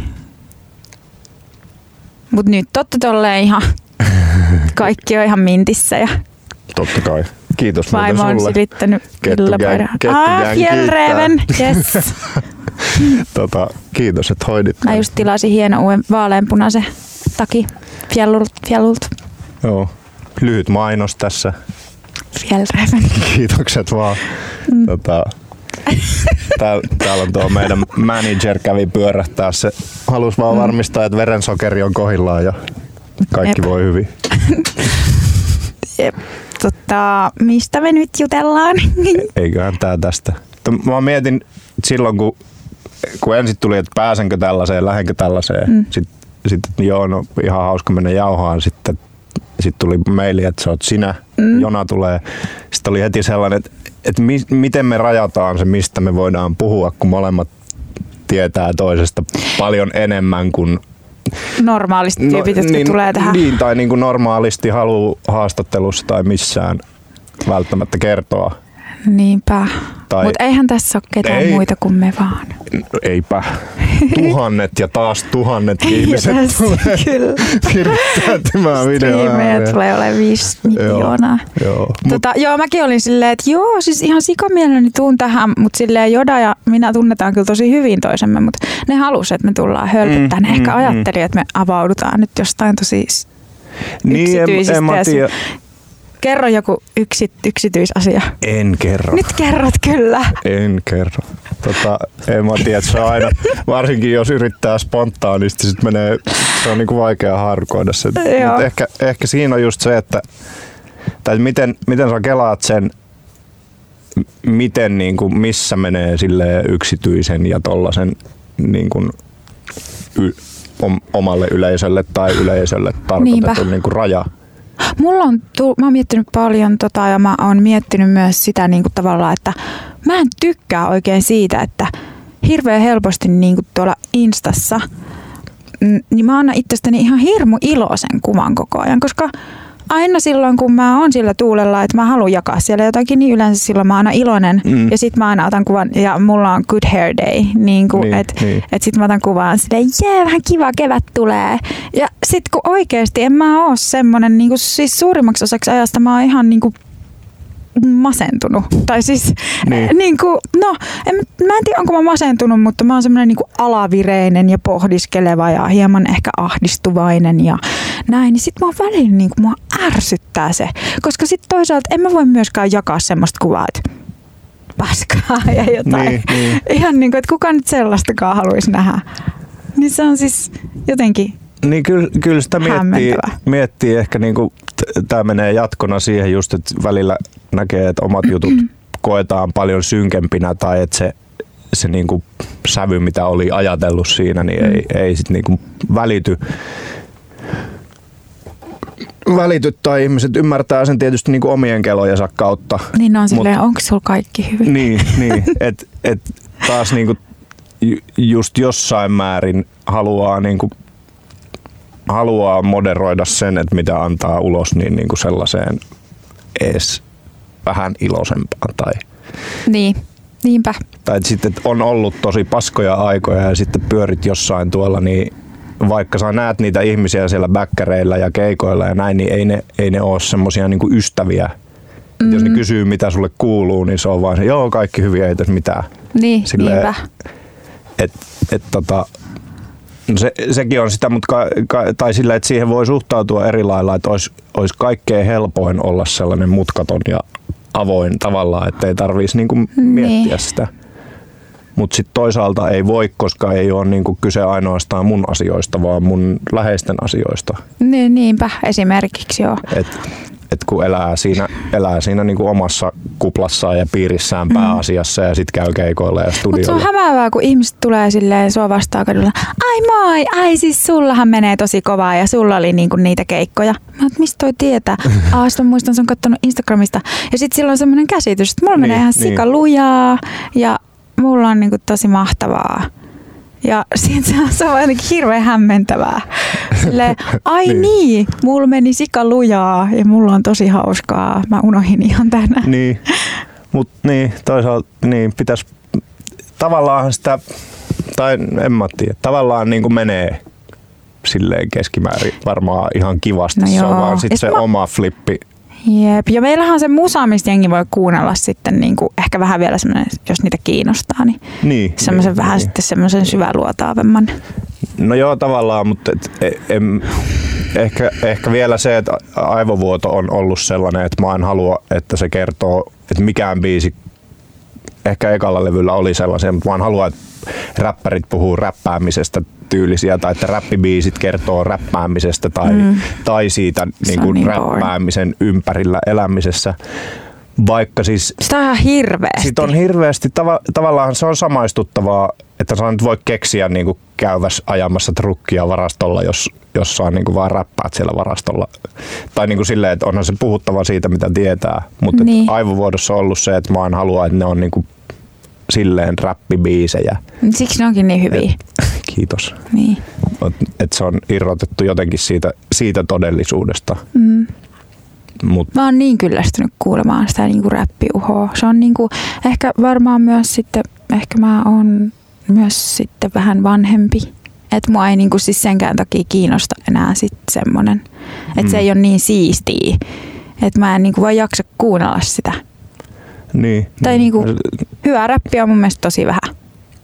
Speaker 2: Mut nyt totta tolleen ihan kaikki on ihan mintissä ja.
Speaker 3: Totta kai. Kiitos
Speaker 2: muuten sulle. Vaimo on silittänyt villapaidan. Fjällräven, yes.
Speaker 3: Kiitos, että hoidit.
Speaker 2: Mä just tilasin hieno uuden vaaleanpunaisen taki Fjällult.
Speaker 3: Joo. Lyhyt mainos tässä.
Speaker 2: Fjällräven.
Speaker 3: Kiitokset vaan. Täällä on tuo meidän manager kävi pyörähtää. Se halusi vaan varmistaa, että verensokeri on kohdillaan ja kaikki voi hyvin.
Speaker 2: Jep. Mistä me nyt jutellaan?
Speaker 3: Eiköhän tää tästä. Mä mietin silloin, kun ensin tuli, että pääsenkö tällaiseen, lähdenkö tällaiseen. Sitten joo, no ihan hauska mennä jauhaan. Sitten tuli maili, että sä oot sinä, Jona tulee. Sitten oli heti sellainen, että miten me rajataan se, mistä me voidaan puhua, kun molemmat tietää toisesta paljon enemmän kuin
Speaker 2: normaalisti tyypit, jotka tulee tähän.
Speaker 3: Niin, tai niin kuin normaalisti haluaa haastattelussa tai missään välttämättä kertoa.
Speaker 2: Niinpä. Mutta eihän tässä ole ketään muita kuin me vaan.
Speaker 3: Eipä. Tuhannet ja taas tuhannet ihmiset tulee kirjoittamaan videoa.
Speaker 2: Meidän tulee olemaan 5 miljoonaa. Joo, mäkin olin silleen, että joo, siis ihan sikamieleni tuun tähän, mutta silleen Joda ja minä tunnetaan kyllä tosi hyvin toisemme, mutta ne halusi, että me tullaan hölpöttämään. Ne ehkä ajatteli, että me avaudutaan nyt jostain tosi yksityisistä.
Speaker 3: Niin,
Speaker 2: Kerro joku yksityisasia.
Speaker 3: En kerro.
Speaker 2: Nyt kerrot kyllä.
Speaker 3: En kerro. En mä tiedä, se on aina, varsinkin jos yrittää spontaanisti, sit se on niinku vaikea harkoida se. Ehkä siinä on just se, että miten sä kelaat sen, miten niinku, missä menee silleen yksityisen ja tollasen niinku, omalle yleisölle tai yleisölle tarkoitettu niinku raja.
Speaker 2: Mä oon miettinyt paljon ja mä oon miettinyt myös sitä niin kuin tavallaan, että mä en tykkää oikein siitä, että hirveän helposti niin kuin tuolla Instassa, niin mä annan itsestäni ihan hirmu iloisen kuvan koko ajan, koska aina silloin, kun mä oon sillä tuulella, että mä haluan jakaa siellä jotakin, niin yleensä silloin mä oon aina iloinen. Ja sit mä aina otan kuvan, ja mulla on good hair day. Että sit mä otan kuvan silleen, vähän kiva, kevät tulee. Ja sit kun oikeesti en mä oo semmonen, niin siis suurimmaksi osaksi ajasta mä oon ihan niinku masentunut. Tai siis, mä en tiedä onko mä masentunut, mutta mä oon semmoinen niinku alavireinen ja pohdiskeleva ja hieman ehkä ahdistuvainen ja näin. Niin sit mä oon välillä niinku, mua ärsyttää se. Koska sit toisaalta en mä voi myöskään jakaa semmoista kuvaa, että paskaa ja jotain. Niin. Ihan niinku, että kuka nyt sellaistakaan haluaisi nähdä. Niin se on siis jotenkin
Speaker 3: niin kyllä sitä miettii ehkä niinku, tää menee jatkona siihen just, että välillä näkee, että omat jutut koetaan paljon synkempinä tai että se niinku sävy, mitä oli ajatellut siinä, niin ei sit niinku välity tai ihmiset ymmärtää sen tietysti niinku omien kelojensa kautta.
Speaker 2: Niin on silleen, onko sulla kaikki hyvin?
Speaker 3: Niin et taas niinku just jossain määrin haluaa niinku haluaa moderoida sen, että mitä antaa ulos, niin kuin sellaiseen edes vähän iloisempaan. Tai,
Speaker 2: niin, niinpä.
Speaker 3: Tai sitten on ollut tosi paskoja aikoja ja sitten pyörit jossain tuolla, niin vaikka sä näet niitä ihmisiä siellä bäkkäreillä ja keikoilla ja näin, niin ei ne ole semmosia niinku ystäviä. Jos ne kysyy, mitä sulle kuuluu, niin se on vaan se, joo, kaikki hyviä, ei tässä mitään.
Speaker 2: Niin, silleen, niinpä.
Speaker 3: No sekin on sitä, mutta tai sillä, että siihen voi suhtautua eri lailla, että olisi kaikkein helpoin olla sellainen mutkaton ja avoin tavallaan, että ei tarvitsisi niinku miettiä sitä. Mutta sitten toisaalta ei voi, koska ei ole niinku kyse ainoastaan mun asioista, vaan mun läheisten asioista.
Speaker 2: Niinpä, esimerkiksi joo.
Speaker 3: Et kun elää siinä niinku omassa kuplassaan ja piirissään pääasiassa ja sitten käy keikoilla ja studioilla.
Speaker 2: Mutta se on hämäävää, kun ihmiset tulee silleen sua vastaan kadulla. Ai moi, ai siis sullahan menee tosi kovaa ja sulla oli niinku niitä keikkoja. Mä oot, mistä toi tietää? Sitten muistan, se on kattonut Instagramista. Ja sitten sillä on semmoinen käsitys, että mulla menee ihan sikalujaa ja mulla on niinku tosi mahtavaa. Ja se on ainakin hirveän hämmentävää. Silleen, ai niin, mulla meni sikalujaa ja mulla on tosi hauskaa. Mä unohin ihan tänään.
Speaker 3: Niin, mutta niin, toisaalta niin pitäisi tavallaan sitä, tai en mä tiedä, tavallaan niin kuin menee silleen keskimäärin varmaan ihan kivasti. No se on vaan sitten se oma flippi.
Speaker 2: Jep, ja meillähän on se musa, mistä jengi voi kuunnella sitten niin kuin ehkä vähän vielä semmoinen, jos niitä kiinnostaa, niin semmoisen vähän sitten semmoisen syväluotaavemman.
Speaker 3: No joo, tavallaan, mutta ehkä vielä se, että aivovuoto on ollut sellainen, että mä en halua, että se kertoo, että mikään biisi, ehkä ekalla levyllä oli sellaisia, mutta mä en halua, että räppärit puhuu räppäämisestä tyylisiä tai että räppibiisit kertoo räppäämisestä tai siitä niin kuin räppäämisen ympärillä elämisessä. Vaikka siis
Speaker 2: sitä on ihan hirveästi.
Speaker 3: Sitä on hirveästi. Tavallaan se on samaistuttavaa, että sä nyt voi keksiä niin kuin käyväs ajamassa trukkia varastolla, jos sä niin kuin vaan räppäät siellä varastolla. Tai niin kuin silleen, että onhan se puhuttava siitä, mitä tietää. Mutta niin. Aivovuodossa on ollut se, että mä en halua, että ne on niin kuin silleen räppibiisejä.
Speaker 2: Siksi ne onkin niin hyviä.
Speaker 3: Kiitos.
Speaker 2: Niin.
Speaker 3: Että se on irrotettu jotenkin siitä todellisuudesta.
Speaker 2: Mä oon niin kyllästynyt kuulemaan sitä niinku räppiuhoa. Se on niinku, ehkä varmaan myös sitten, ehkä mä oon myös sitten vähän vanhempi. Että mua ei niinku siis senkään takia kiinnosta enää sitten semmonen. Että se ei ole niin siistiä. Että mä en niinku voi jaksa kuunnella sitä.
Speaker 3: Niin.
Speaker 2: Tai niinku, hyvä räppi on mun mielestä tosi vähän.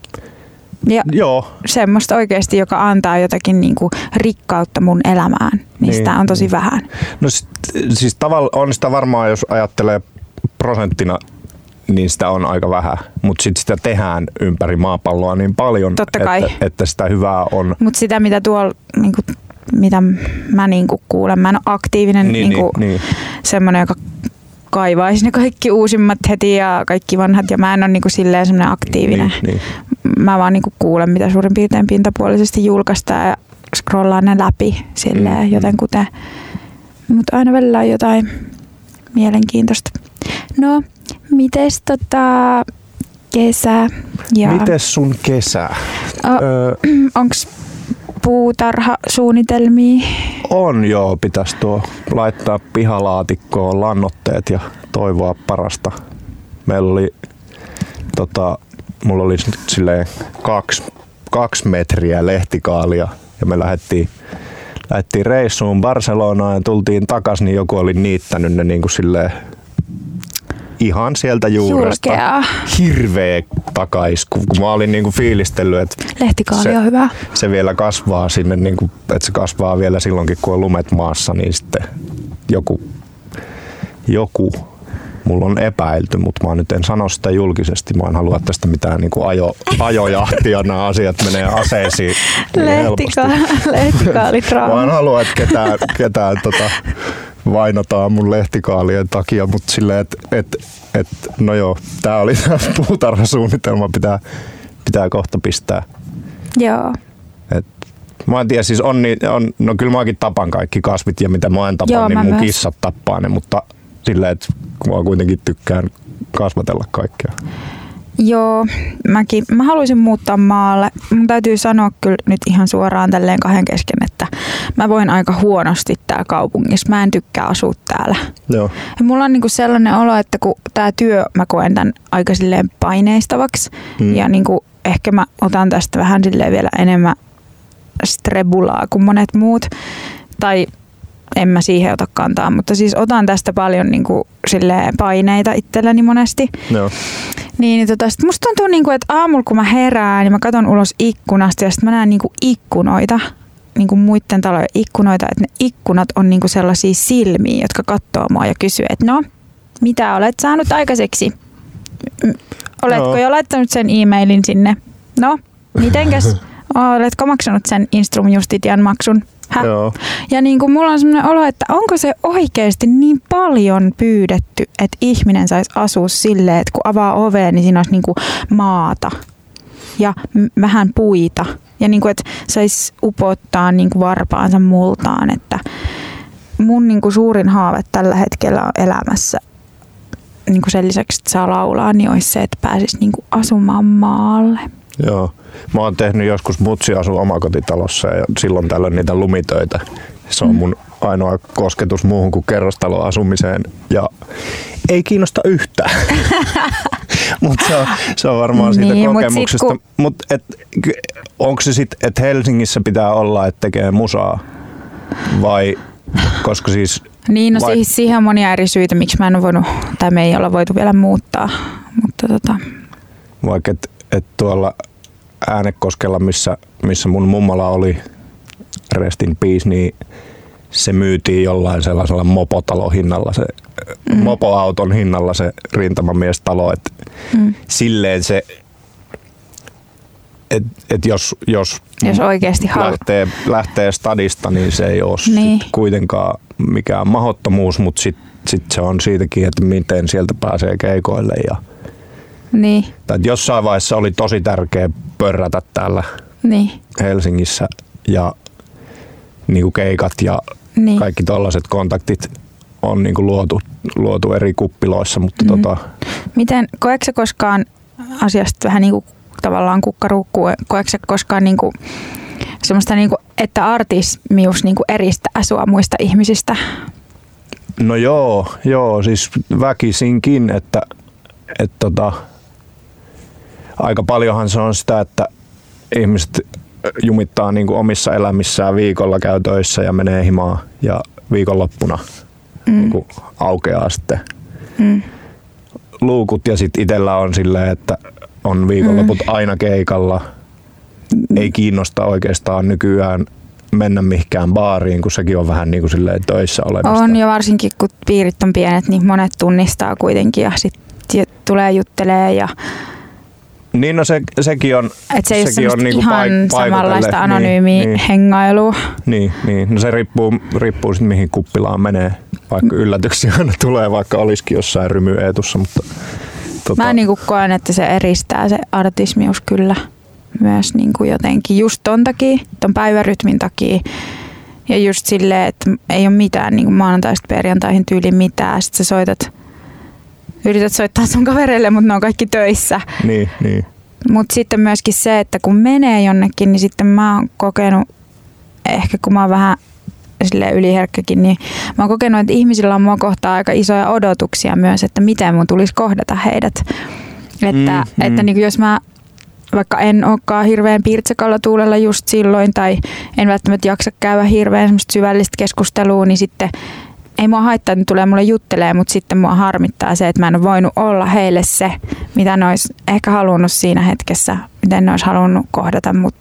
Speaker 2: Ja
Speaker 3: joo.
Speaker 2: Semmoista oikeasti, joka antaa jotakin niinku rikkautta mun elämään, niin sitä on tosi vähän.
Speaker 3: No siis on sitä varmaan, jos ajattelee prosenttina, niin sitä on aika vähän. Mutta sitten sitä tehdään ympäri maapalloa niin paljon, että sitä hyvää on.
Speaker 2: Mutta sitä, mitä tuolla, niinku, mitä mä niinku kuulen, mä en ole aktiivinen semmoinen, joka kaivaisi ne kaikki uusimmat heti ja kaikki vanhat. Ja mä en ole niinku silleen semmoinen aktiivinen. Niin. Mä vaan niinku kuulen, mitä suurin piirtein pintapuolisesti julkaistaan ja scrollaan ne läpi silleen jotenkuten. Mutta aina välillä on jotain mielenkiintoista. No, mites kesä?
Speaker 3: Mites sun kesä?
Speaker 2: Onks puutarhasuunnitelmia?
Speaker 3: On joo, pitäisi laittaa pihalaatikkoon lannoitteet ja toivoa parasta. Meillä oli mulla oli silleen 2 metriä lehtikaalia ja me lähdettiin reissuun Barcelonaan ja tultiin takas, niin joku oli niittänyt ne niin kuin silleen ihan sieltä juuresta.
Speaker 2: Julkea.
Speaker 3: Hirveä takaisku, kun mä olin niin kuin fiilistellyt, että
Speaker 2: lehtikaali on hyvä.
Speaker 3: Se vielä kasvaa sinne, niin kuin, että se kasvaa vielä silloinkin, kun on lumet maassa, niin sitten joku mulla on epäilty, mutta mä nyt en sano sitä julkisesti. Mä en halua tästä mitään niin kuin ajojahtia, nämä asiat menee aseisiin
Speaker 2: lehtikaalitrauma.
Speaker 3: Mä en halua, että ketään vainotaan mun lehtikaalien takia, mutta silleen, että no joo, tää oli tämä puutarhasuunnitelma, pitää kohta pistää.
Speaker 2: Joo.
Speaker 3: Mä en tiedä, siis no kyllä mäkin tapan kaikki kasvit ja mitä mä en tapan, joo, niin mun myös. Kissat tappaa ne, mutta silleen, että mä kuitenkin tykkään kasvatella kaikkea.
Speaker 2: Joo, mä haluaisin muuttaa maalle. Mun täytyy sanoa kyllä nyt ihan suoraan tälleen kahden kesken, että mä voin aika huonosti täällä kaupungissa. Mä en tykkää asua täällä.
Speaker 3: Joo.
Speaker 2: Ja mulla on niinku sellainen olo, että kun tää työ mä koen tän aika silleen paineistavaksi ja niinku ehkä mä otan tästä vähän silleen vielä enemmän strebulaa kuin monet muut. Tai en mä siihen ota kantaa, mutta siis otan tästä paljon niinku silleen paineita itselläni monesti.
Speaker 3: Joo.
Speaker 2: Niin sit musta tuntuu niinku, että aamulla kun mä herään, niin mä katon ulos ikkunasta ja sit mä näen niinku ikkunoita, niinku muiden talojen ikkunoita, että ne ikkunat on niinku sellaisia silmiä, jotka katsoo mua ja kysyy, että no, mitä olet saanut aikaiseksi? Oletko jo laittanut sen e-mailin sinne? No, mitenkäs? Oletko maksanut sen Instrum Justitian maksun?
Speaker 3: Joo.
Speaker 2: Ja niin kuin mulla on sellainen olo, että onko se oikeasti niin paljon pyydetty, että ihminen saisi asua silleen, että kun avaa oveen, niin siinä olisi niin kuin maata ja vähän puita. Ja niin kuin, että saisi upottaa niin kuin varpaansa multaan. Että mun niin kuin suurin haave tällä hetkellä on elämässä niin kuin sen lisäksi, että saa laulaa, niin olisi se, että pääsisi niin kuin asumaan maalle.
Speaker 3: Joo. Mä oon tehnyt joskus, mutsi asuu omakotitalossa ja silloin tällöin niitä lumitöitä. Se on mun ainoa kosketus muuhun kuin kerrostaloasumiseen ja ei kiinnosta yhtään. Mutta se on varmaan siitä niin, kokemuksesta. Mutta onko se sitten, että Helsingissä pitää olla, että tekee musaa vai koska siis...
Speaker 2: Niin, no siis siihen on monia eri syitä, miksi mä en ole voinut, tai me ei olla voitu vielä muuttaa. Mutta
Speaker 3: vaikka et tuolla Äänekoskella, missä mun mummala oli, rest in peace, niin se myytiin jollain sellaisella mopotalon hinnalla, se mopoauton hinnalla se rintamamiestalo. Silleen se, että jos
Speaker 2: oikeasti
Speaker 3: lähtee stadista, niin se ei ole sit kuitenkaan mikään mahdottomuus, mutta sit se on siitäkin, että miten sieltä pääsee keikoille ja
Speaker 2: niin.
Speaker 3: Tai jossain vaiheessa oli tosi tärkeä pörrätä täällä Helsingissä ja niinku keikat ja kaikki tollaiset kontaktit on niinku luotu eri kuppiloissa. Mutta
Speaker 2: Miten, koetko sä koskaan asiasta vähän niinku tavallaan kukkaruukkuu, koetko sä koskaan niinku semmoista niinku, että artismius niinku eristää sua muista ihmisistä?
Speaker 3: No joo, siis väkisinkin, että aika paljonhan se on sitä, että ihmiset jumittaa niin kuin omissa elämissään, viikolla käy töissä ja menee himaan ja viikonloppuna niin kuin aukeaa sitten luukut ja sitten itsellä on silleen, että on viikonloput aina keikalla. Ei kiinnosta oikeastaan nykyään mennä mihinkään baariin, kun sekin on vähän niin kuin silleen töissä olemista.
Speaker 2: On, ja varsinkin kun piirit on pienet, niin monet tunnistaa kuitenkin ja sitten tulee juttelee ja
Speaker 3: niin, no sekin on.
Speaker 2: Et se ei ole niinku ihan samanlaista anonyymiä hengailua. Niin.
Speaker 3: No se riippuu sitten mihin kuppilaan menee, vaikka yllätyksiä aina tulee, vaikka olisikin jossain rymyeetussa. Mutta
Speaker 2: mä niinku koen, että se eristää se artismius kyllä myös niinku jotenkin just ton takia, ton päivärytmin takia. Ja just silleen, että ei ole mitään niinku maanantaista perjantaihin tyyliin mitään. Sitten sä yrität soittaa sun kavereille, mutta ne on kaikki töissä.
Speaker 3: Niin.
Speaker 2: Mutta sitten myöskin se, että kun menee jonnekin, niin sitten mä oon kokenut, ehkä kun mä oon vähän silleen yliherkkäkin, niin mä oon kokenut, että ihmisillä on mua kohtaan aika isoja odotuksia myös, että miten mun tulisi kohdata heidät. Että niin jos mä vaikka en olekaan hirveän pirtsekalla tuulella just silloin, tai en välttämättä jaksa käydä hirveän semmoista syvällistä keskustelua, niin sitten ei mua haittaa, että ne tulee mulle juttelemaan, mutta sitten mua harmittaa se, että mä en ole voinut olla heille se, mitä ne olisi ehkä halunnut siinä hetkessä, miten ne olisi halunnut kohdata mut.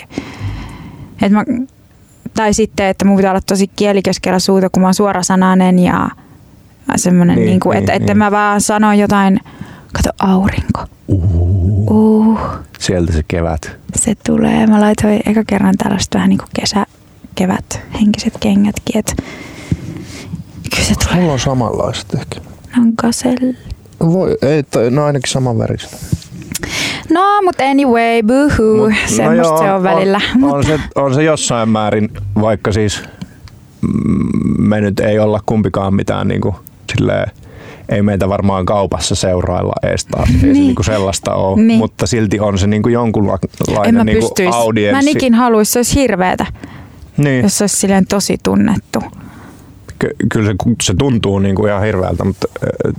Speaker 2: Tai sitten, että mun pitää olla tosi kieli keskellä suuta, kun mä oon suorasanainen ja semmoinen, että mä vaan sanon jotain, kato aurinko.
Speaker 3: Sieltä se kevät.
Speaker 2: Se tulee. Mä laitoin eka kerran tällaista vähän niin kuin kevät henkiset kengätkin, että kyllä se tulee.
Speaker 3: Mulla on samanlaiset ehkä.
Speaker 2: On Gazelle.
Speaker 3: No ainakin saman väristä.
Speaker 2: No, mutta anyway, boohoo. Semmosta se on välillä.
Speaker 3: On se jossain määrin, vaikka siis me nyt ei olla kumpikaan mitään niinku silleen ei meitä varmaan kaupassa seurailla ees taas. Ei se niinku sellaista ole, mutta silti on se niinku jonkunlainen niinku audienssi.
Speaker 2: Mä nikin haluais, se olisi hirveetä, jos se olisi silleen tosi tunnettu.
Speaker 3: Kyllä se tuntuu niinku ihan hirveältä, mutta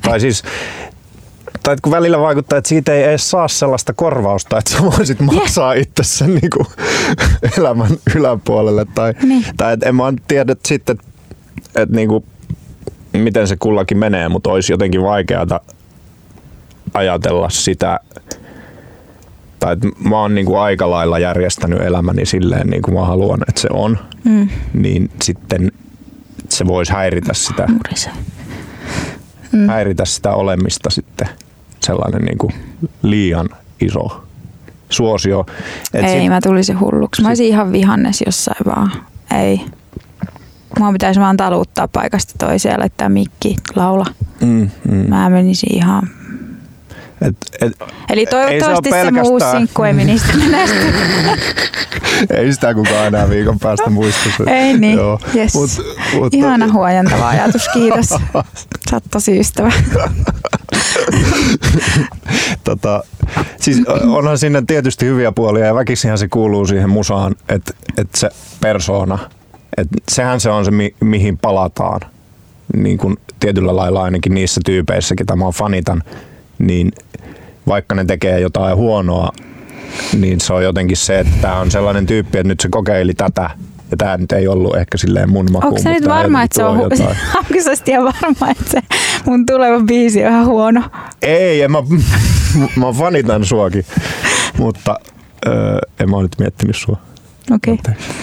Speaker 3: tai kun välillä vaikuttaa, että siitä ei edes saa sellaista korvausta, että sä voisit maksaa itse sen niinku elämän yläpuolelle. Tai et en mä tiedä sitten, että niinku, miten se kullakin menee, mutta olisi jotenkin vaikeata ajatella sitä. Tai että mä oon niinku aika lailla järjestänyt elämäni silleen, niin kuin mä haluan, että se on. Niin sitten se voisi häiritä sitä olemista sitten. Sellainen niinku liian iso suosio.
Speaker 2: Ei, mä tulisin hulluksi. Mä olisin ihan vihannes jossain vaan. Ei. Mua pitäisi vaan taluuttaa paikasta toiseen ja laittaa mikki laula. Mä menisin ihan... Eli toivottavasti se mun uusi sinkku ei menisi näistä.
Speaker 3: Ei sitä kukaan enää viikon päästä muistaisi.
Speaker 2: Ei niin, jes. Ihana huojentava ajatus, kiitos. Sä oot tosi ystävä.
Speaker 3: Siis onhan siinä tietysti hyviä puolia ja väkisinhän se kuuluu siihen musaan, että se persoona, että sehän se on se mihin palataan. Niin kuin tietyllä lailla ainakin niissä tyypeissä, ketä mä fanitan, niin vaikka ne tekee jotain huonoa, niin se on jotenkin se, että tää on sellainen tyyppi, että nyt se kokeili tätä ja tää nyt ei ollut ehkä silleen mun makuun.
Speaker 2: Onko sä nyt varma, että se on onko sä ihan varma, että se mun tuleva biisi on ihan huono?
Speaker 3: Ei, mä fanitan suakin, mutta en mä oo nyt miettinyt sua.
Speaker 2: Okei.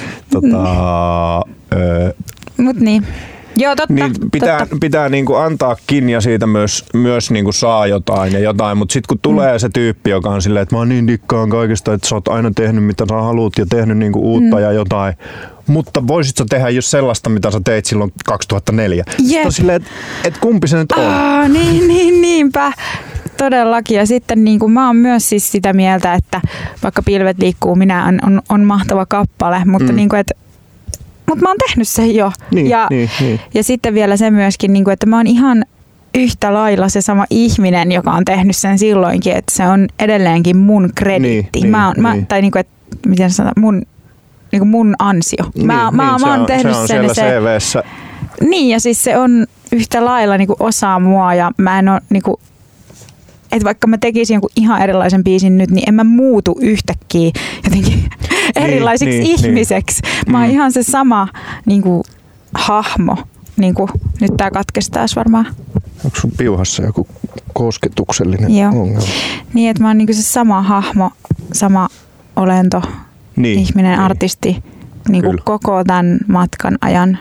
Speaker 2: Mut niin. Joo, totta.
Speaker 3: Niin pitää niinku antaakin ja siitä myös niinku saa jotain ja jotain, mutta sitten kun tulee se tyyppi, joka on silleen, että mä niin dikkaan kaikesta, että sä oot aina tehnyt mitä sä haluut ja tehnyt niinku uutta ja jotain, mutta voisit sä tehdä just sellaista, mitä sä teit silloin 2004. Sitten on silleen, että kumpi se nyt on?
Speaker 2: Niinpä. Todellakin. Ja sitten niin kuin mä oon myös siis sitä mieltä, että vaikka Pilvet liikkuu, minä on mahtava kappale, mutta niin kuin, että mutta mä oon tehnyt sen jo. Ja sitten vielä se myöskin, että mä oon ihan yhtä lailla se sama ihminen, joka on tehnyt sen silloinkin, että se on edelleenkin mun krediitti. Tai miten sanotaan, mun ansio. Mä oon tehnyt
Speaker 3: se
Speaker 2: sen.
Speaker 3: On siellä CV:ssä.
Speaker 2: Niin, ja siis se on yhtä lailla osa mua ja mä en oo että vaikka mä tekisin jonkun ihan erilaisen biisin nyt, niin en mä muutu yhtäkkiä jotenkin erilaisiksi ihmiseksi. Mä oon ihan se sama hahmo. Nyt tää katkesi taas varmaan.
Speaker 3: Onko sun piuhassa joku kosketuksellinen ongelma?
Speaker 2: Niin, että mä oon se sama hahmo, sama olento, ihminen, artisti koko tämän matkan ajan.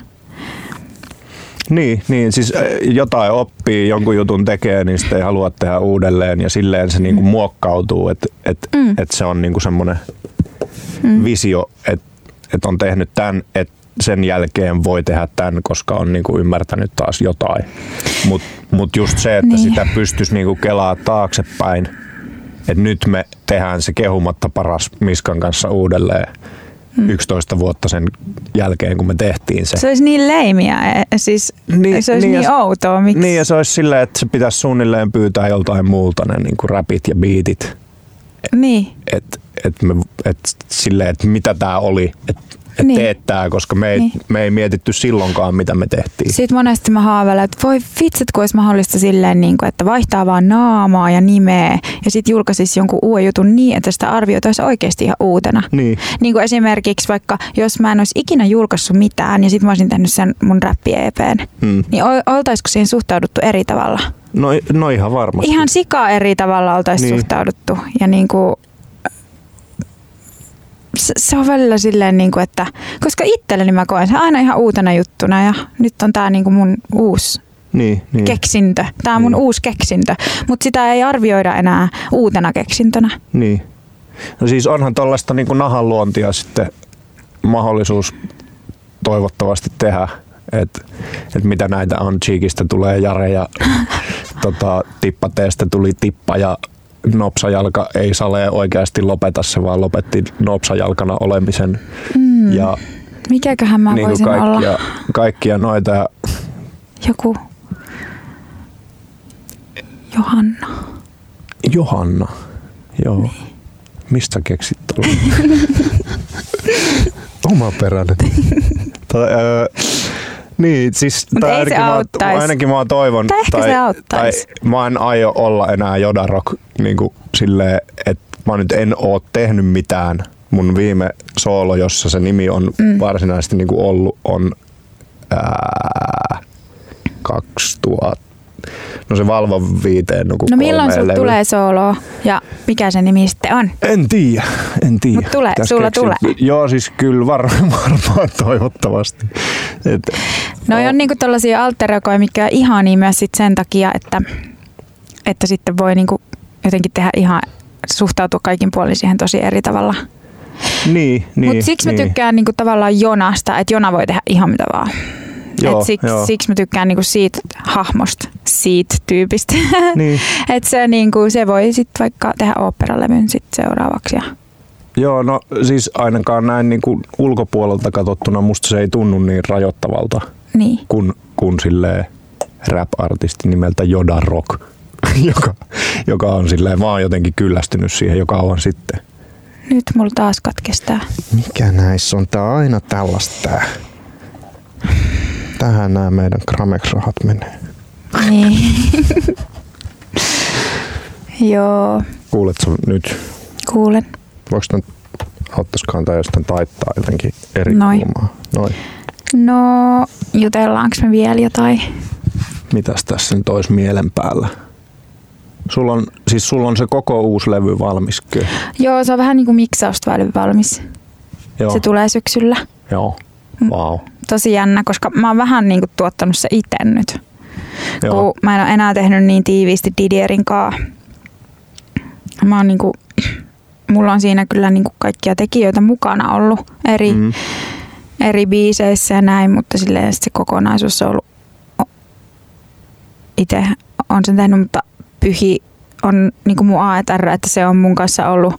Speaker 3: Niin, siis jotain oppii, jonkun jutun tekee, niin sitten ei halua tehdä uudelleen ja silleen se niinku muokkautuu, että se on niinku semmoinen visio, että on tehnyt tämän, että sen jälkeen voi tehdä tämän, koska on niinku ymmärtänyt taas jotain. Mut just se, että sitä pystyisi niinku kelaa taaksepäin, että nyt me tehdään se kehumatta paras Miskan kanssa uudelleen. 11 vuotta sen jälkeen, kun me tehtiin se.
Speaker 2: Se olisi niin leimiä, siis se olisi niin outoa. Miksi?
Speaker 3: Niin, ja se olisi silleen, että se pitäisi suunnilleen pyytää joltain muulta ne niin kuin rapit ja beatit.
Speaker 2: Niin.
Speaker 3: Silleen, että mitä tää oli, että teet tää, koska me ei mietitty silloinkaan, mitä me tehtiin.
Speaker 2: Sitten monesti mä haaveilen, että voi vitsit, kun olisi mahdollista silleen, että vaihtaa vaan naamaa ja nimeä ja sitten julkaisisi jonkun uuden jutun niin, että sitä arvioitaisiin oikeasti ihan uutena. Niin kuin esimerkiksi vaikka, jos mä en olisi ikinä julkaissut mitään ja sitten mä olisin tehnyt sen mun räppi-EP:n, niin oltaisiko siihen suhtauduttu eri tavalla?
Speaker 3: No ihan varmasti.
Speaker 2: Ihan sikaa eri tavalla oltaisiin suhtauduttu ja se on välillä silleen, että koska itselleni mä koen se aina ihan uutena juttuna ja nyt on tää mun uusi keksintö. Tää on mun uusi keksintö, mutta sitä ei arvioida enää uutena keksintönä.
Speaker 3: Niin. No siis onhan tollaista nahanluontia sitten mahdollisuus toivottavasti tehdä, että mitä näitä on. Cheekistä tulee Jare ja Tippateesta tuli Tippa ja Nopsajalka ei Sale oikeasti lopeta, se vaan lopetti Nopsajalkana olemisen. Ja
Speaker 2: mikäköhän mä voisin olla?
Speaker 3: Kaikkia noita.
Speaker 2: Joku.
Speaker 3: Johanna, joo. Niin. Mistä keksit tuolla? Omaperäinen. Niin, siis ainakin mä toivon, tai mä en aio olla enää Yoda Rock niinku silleen, että mä nyt en oo tehnyt mitään. Mun viime soolo, jossa se nimi on varsinaisesti niinku ollut, on 2000. No se Valvo 5 nuku. No
Speaker 2: milloin sulla tulee sooloa ja mikä se nimi sitten on?
Speaker 3: En tiedä.
Speaker 2: Mut sulla tulee.
Speaker 3: Joo, siis kyllä varmaan toivottavasti.
Speaker 2: On niinku tollasia alter-egoja, mikä on ihania myös sit sen takia, että sitten voi niinku jotenkin tehdä ihan suhtautua kaikin puolin siihen tosi eri tavalla.
Speaker 3: Niin.
Speaker 2: Mutta siksi mä tykkään niinku tavallaan Jonasta, että Jona voi tehdä ihan mitä vaan. Siksi mä tykkään niinku siitä hahmosta, siitä tyypistä. Niin. Että se voi sitten vaikka tehdä oopperalevyn sit seuraavaksi.
Speaker 3: Joo, no siis ainakaan näin niinku ulkopuolelta katsottuna musta se ei tunnu niin rajoittavalta kun silleen rap-artisti nimeltä Yoda Rock, joka on silleen, mä oon jotenkin kyllästynyt siihen jo kauan sitten.
Speaker 2: Nyt mulla taas katkestaa.
Speaker 3: Mikä näissä on? Tää on aina tällaista tää. Tähän nämä meidän Gramex-rahat menee.
Speaker 2: Niin. Joo.
Speaker 3: Kuuletko nyt?
Speaker 2: Kuulen.
Speaker 3: Auttaisikohan tää jostain taittaa jotenkin eri kulmaa? Noin.
Speaker 2: No, jutellaanko me vielä jotain?
Speaker 3: Mitäs tässä nyt olisi mielen päällä? Sulla on se koko uusi levy valmis kyllä?
Speaker 2: Joo, se on vähän niin kuin miksausta valmis. Joo. Se tulee syksyllä.
Speaker 3: Joo, wow.
Speaker 2: Tosi jännä, koska mä oon vähän niin kuin tuottanut se itse nyt. Kun mä en ole enää tehnyt niin tiiviisti Didierin kanssa. Mulla on siinä kyllä niin kuin kaikkia tekijöitä mukana ollut eri biiseissä ja näin, mutta silleen se kokonaisuus on ollut, itse on sen tehnyt, mutta Pyhi on niin kuin mun A&R, että se on mun kanssa ollut,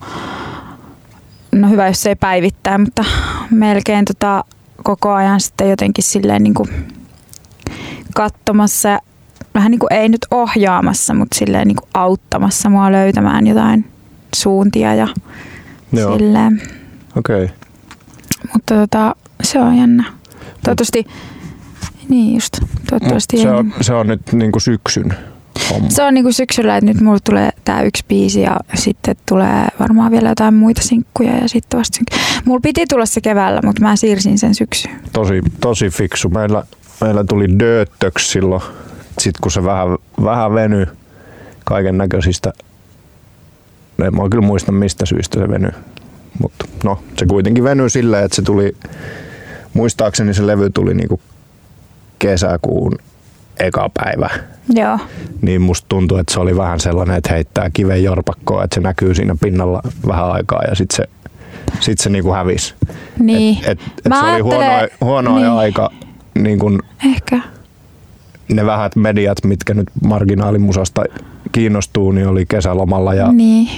Speaker 2: no hyvä jos se ei päivittää, mutta melkein koko ajan sitten jotenkin silleen niin kuin katsomassa, vähän niin kuin ei nyt ohjaamassa, mutta silleen niin kuin auttamassa mua löytämään jotain suuntia ja silleen.
Speaker 3: Okei. Okay.
Speaker 2: Mutta se on jännä. Toivottavasti, niin just, toivottavasti
Speaker 3: se on nyt niinku syksyn homma.
Speaker 2: Se on niinku syksyllä, että nyt mulle tulee tää yksi biisi ja sitten tulee varmaan vielä jotain muita sinkkuja ja sitten vasta mulla piti tulla se keväällä, mutta mä siirsin sen syksyyn. Tosi fiksu. Meillä tuli Dötöks silloin, sit kun se vähän venyi kaiken näköisistä. En mä kyllä muista mistä syystä se venyi. Mutta no, se kuitenkin venyi silleen, että se tuli, muistaakseni se levy tuli niinku kesäkuun eka päivä. Joo.
Speaker 3: Niin musta tuntui, että se oli vähän sellainen, että heittää kiven jorpakkoon, että se näkyy siinä pinnalla vähän aikaa ja sit se niinku hävisi.
Speaker 2: Niin.
Speaker 3: Et se oli huono aika. Niin kun
Speaker 2: ehkä.
Speaker 3: Ne vähät mediat, mitkä nyt marginaalimusasta kiinnostuu, niin oli kesälomalla ja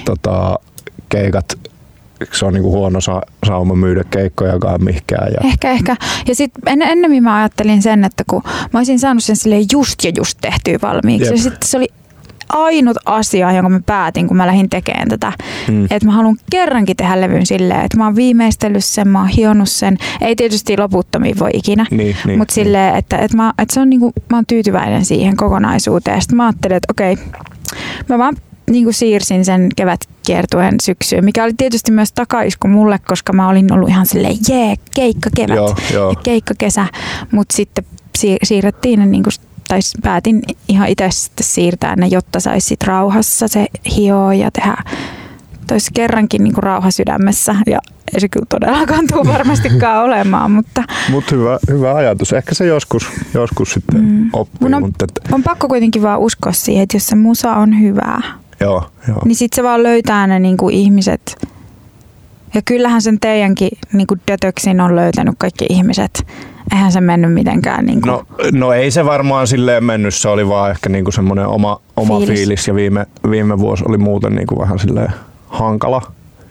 Speaker 3: keikat. Se on niinku huono sauma myydä keikkojakaan mihinkään.
Speaker 2: Ehkä. Ja sitten ennemmin mä ajattelin sen, että kun mä olisin saanut sen silleen just tehtyä valmiiksi. Ja sitten se oli ainut asia, jonka mä päätin, kun mä lähdin tekemään tätä. Että mä haluan kerrankin tehdä levyn silleen, että mä oon viimeistellyt sen, mä oon hionnut sen. Ei tietysti loputtomiin voi ikinä, mutta silleen, että se on niinku, mä oon tyytyväinen siihen kokonaisuuteen. Sitten mä ajattelin, että okei, mä vaan niinku siirsin sen kevätkiertueen syksyyn, mikä oli tietysti myös takaisku mulle, koska mä olin ollut ihan silleen keikka kevät ja keikka kesä, mutta sitten siirrettiin ne niinku, tai päätin ihan itse sitten siirtää ne, jotta saisi sit rauhassa se hioa ja tehdä toisi kerrankin niinku rauha sydämessä ja ei se kyllä todellakaan tule varmastikaan olemaan, mutta
Speaker 3: hyvä ajatus. Ehkä se joskus sitten oppii.
Speaker 2: On pakko kuitenkin vaan uskoa siihen, että jos se musa on hyvää, niin sitten se vaan löytää ne niinku ihmiset. Ja kyllähän sen teidänkin niinku Dötöksin on löytänyt kaikki ihmiset. Eihän se mennyt mitenkään. Niinku.
Speaker 3: No ei se varmaan silleen mennyt. Se oli vaan ehkä niinku semmoinen oma fiilis. Ja viime vuosi oli muuten niinku vähän silleen hankala.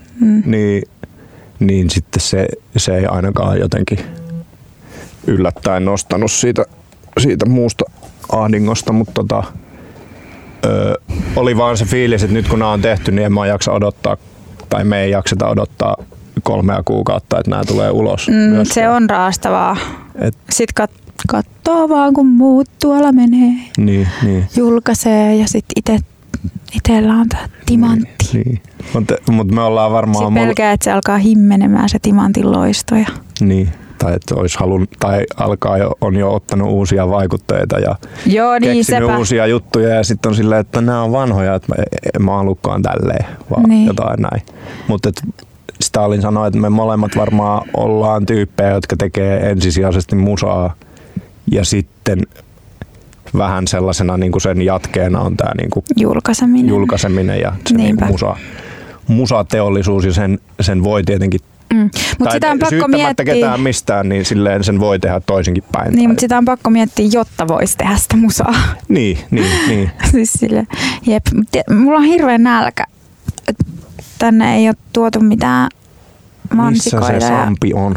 Speaker 3: Niin sitten se ei ainakaan jotenkin yllättäen nostanut siitä muusta ahdingosta, mutta oli vaan se fiilis, että nyt kun nämä on tehty, niin en mä jaksa odottaa, tai me ei jakseta odottaa 3 kuukautta, että nämä tulee ulos.
Speaker 2: Se on raastavaa. Sitten katsoo vaan, kun muut tuolla menee.
Speaker 3: Niin.
Speaker 2: Julkaisee ja sitten itsellä on tää timantti.
Speaker 3: Niin. Mutta me ollaan varmaan...
Speaker 2: Sitten pelkää, että se alkaa himmenemään se timantin loistoja.
Speaker 3: Niin. Tai että olisi tai on jo ottanut uusia vaikutteita ja keksinyt uusia juttuja ja sitten on silleen, että nämä on vanhoja, että mä halukkaan tälleen, vaan jotain näin. Mutta Stalin sanoi, että me molemmat varmaan ollaan tyyppejä, jotka tekee ensisijaisesti musaa ja sitten vähän sellaisena niin kuin sen jatkeena on tämä niin kuin julkaiseminen ja se niin kuin musateollisuus ja sen voi tietenkin
Speaker 2: Mut sitä on pakko miettiä
Speaker 3: ketään mistään, niin silleen sen voi tehdä toisinkin päin.
Speaker 2: Niin, mutta sitä on pakko miettiä, jotta voisi tehdä sitä musaa.
Speaker 3: Niin.
Speaker 2: Siis silleen, jep. Mulla on hirveä nälkä. Tänne ei ole tuotu mitään mansikoita.
Speaker 3: Missä se sampi on?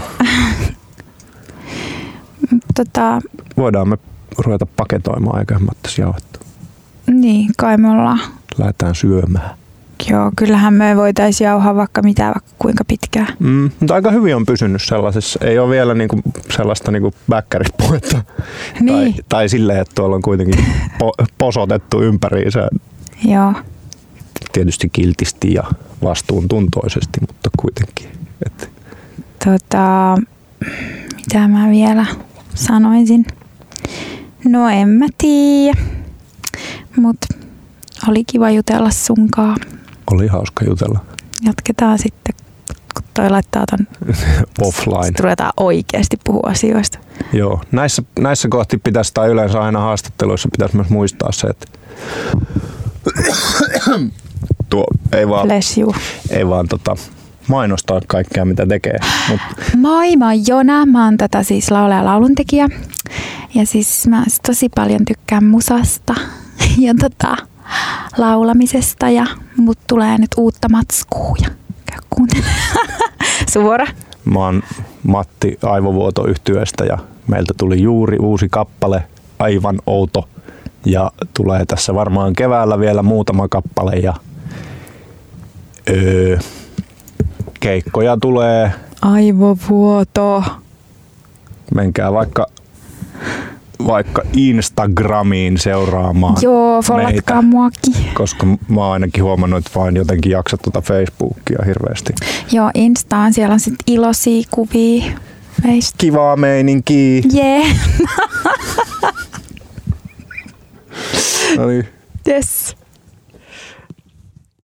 Speaker 3: Voidaan me ruveta paketoimaan, eikä me ottaisi jauhettua.
Speaker 2: Niin, kai me ollaan.
Speaker 3: Lähdetään syömään.
Speaker 2: Joo, kyllähän me voitaisiin jauhaa vaikka kuinka pitkään.
Speaker 3: Mutta aika hyvin on pysynyt sellaisessa. Ei ole vielä niinku sellaista niinku bäkkärispuhetta.
Speaker 2: Niin.
Speaker 3: Tai silleen, että tuolla on kuitenkin posotettu ympäriinsä.
Speaker 2: Joo.
Speaker 3: Tietysti kiltisti ja vastuuntuntoisesti, mutta kuitenkin.
Speaker 2: Mitä mä vielä sanoisin? No en mä tiedä. Mut oli kiva jutella sunkaan.
Speaker 3: Oli hauska jutella.
Speaker 2: Jatketaan sitten, kun toi laittaa ton
Speaker 3: offline.
Speaker 2: Sitten ruvetaan oikeasti puhua asioista.
Speaker 3: Joo, näissä kohti pitäisi, tai yleensä aina haastatteluissa pitäisi myös muistaa se, että tuo ei vaan mainostaa kaikkea mitä tekee.
Speaker 2: Moi, mä oon Jona, mä oon siis laulaja ja lauluntekijä. Ja siis mä tosi paljon tykkään musasta ja laulamisesta ja mut tulee nyt uutta matskua ja käy kuuntelemaan. Suora.
Speaker 3: Mä oon Matti Aivovuoto-yhtyeestä ja meiltä tuli juuri uusi kappale, aivan outo. Ja tulee tässä varmaan keväällä vielä muutama kappale ja keikkoja tulee.
Speaker 2: Aivovuoto.
Speaker 3: Menkää vaikka Instagramiin seuraamaan.
Speaker 2: Joo, follatkaa muakin.
Speaker 3: Koska mä oon ainakin huomannut, että vaan jotenkin jaksat Facebookia hirveästi.
Speaker 2: Joo, Instaan. Siellä on sitten iloisia kuvia meistä.
Speaker 3: Kivaa meininkiä.
Speaker 2: Jee. Yeah.
Speaker 3: No niin.
Speaker 2: Yes.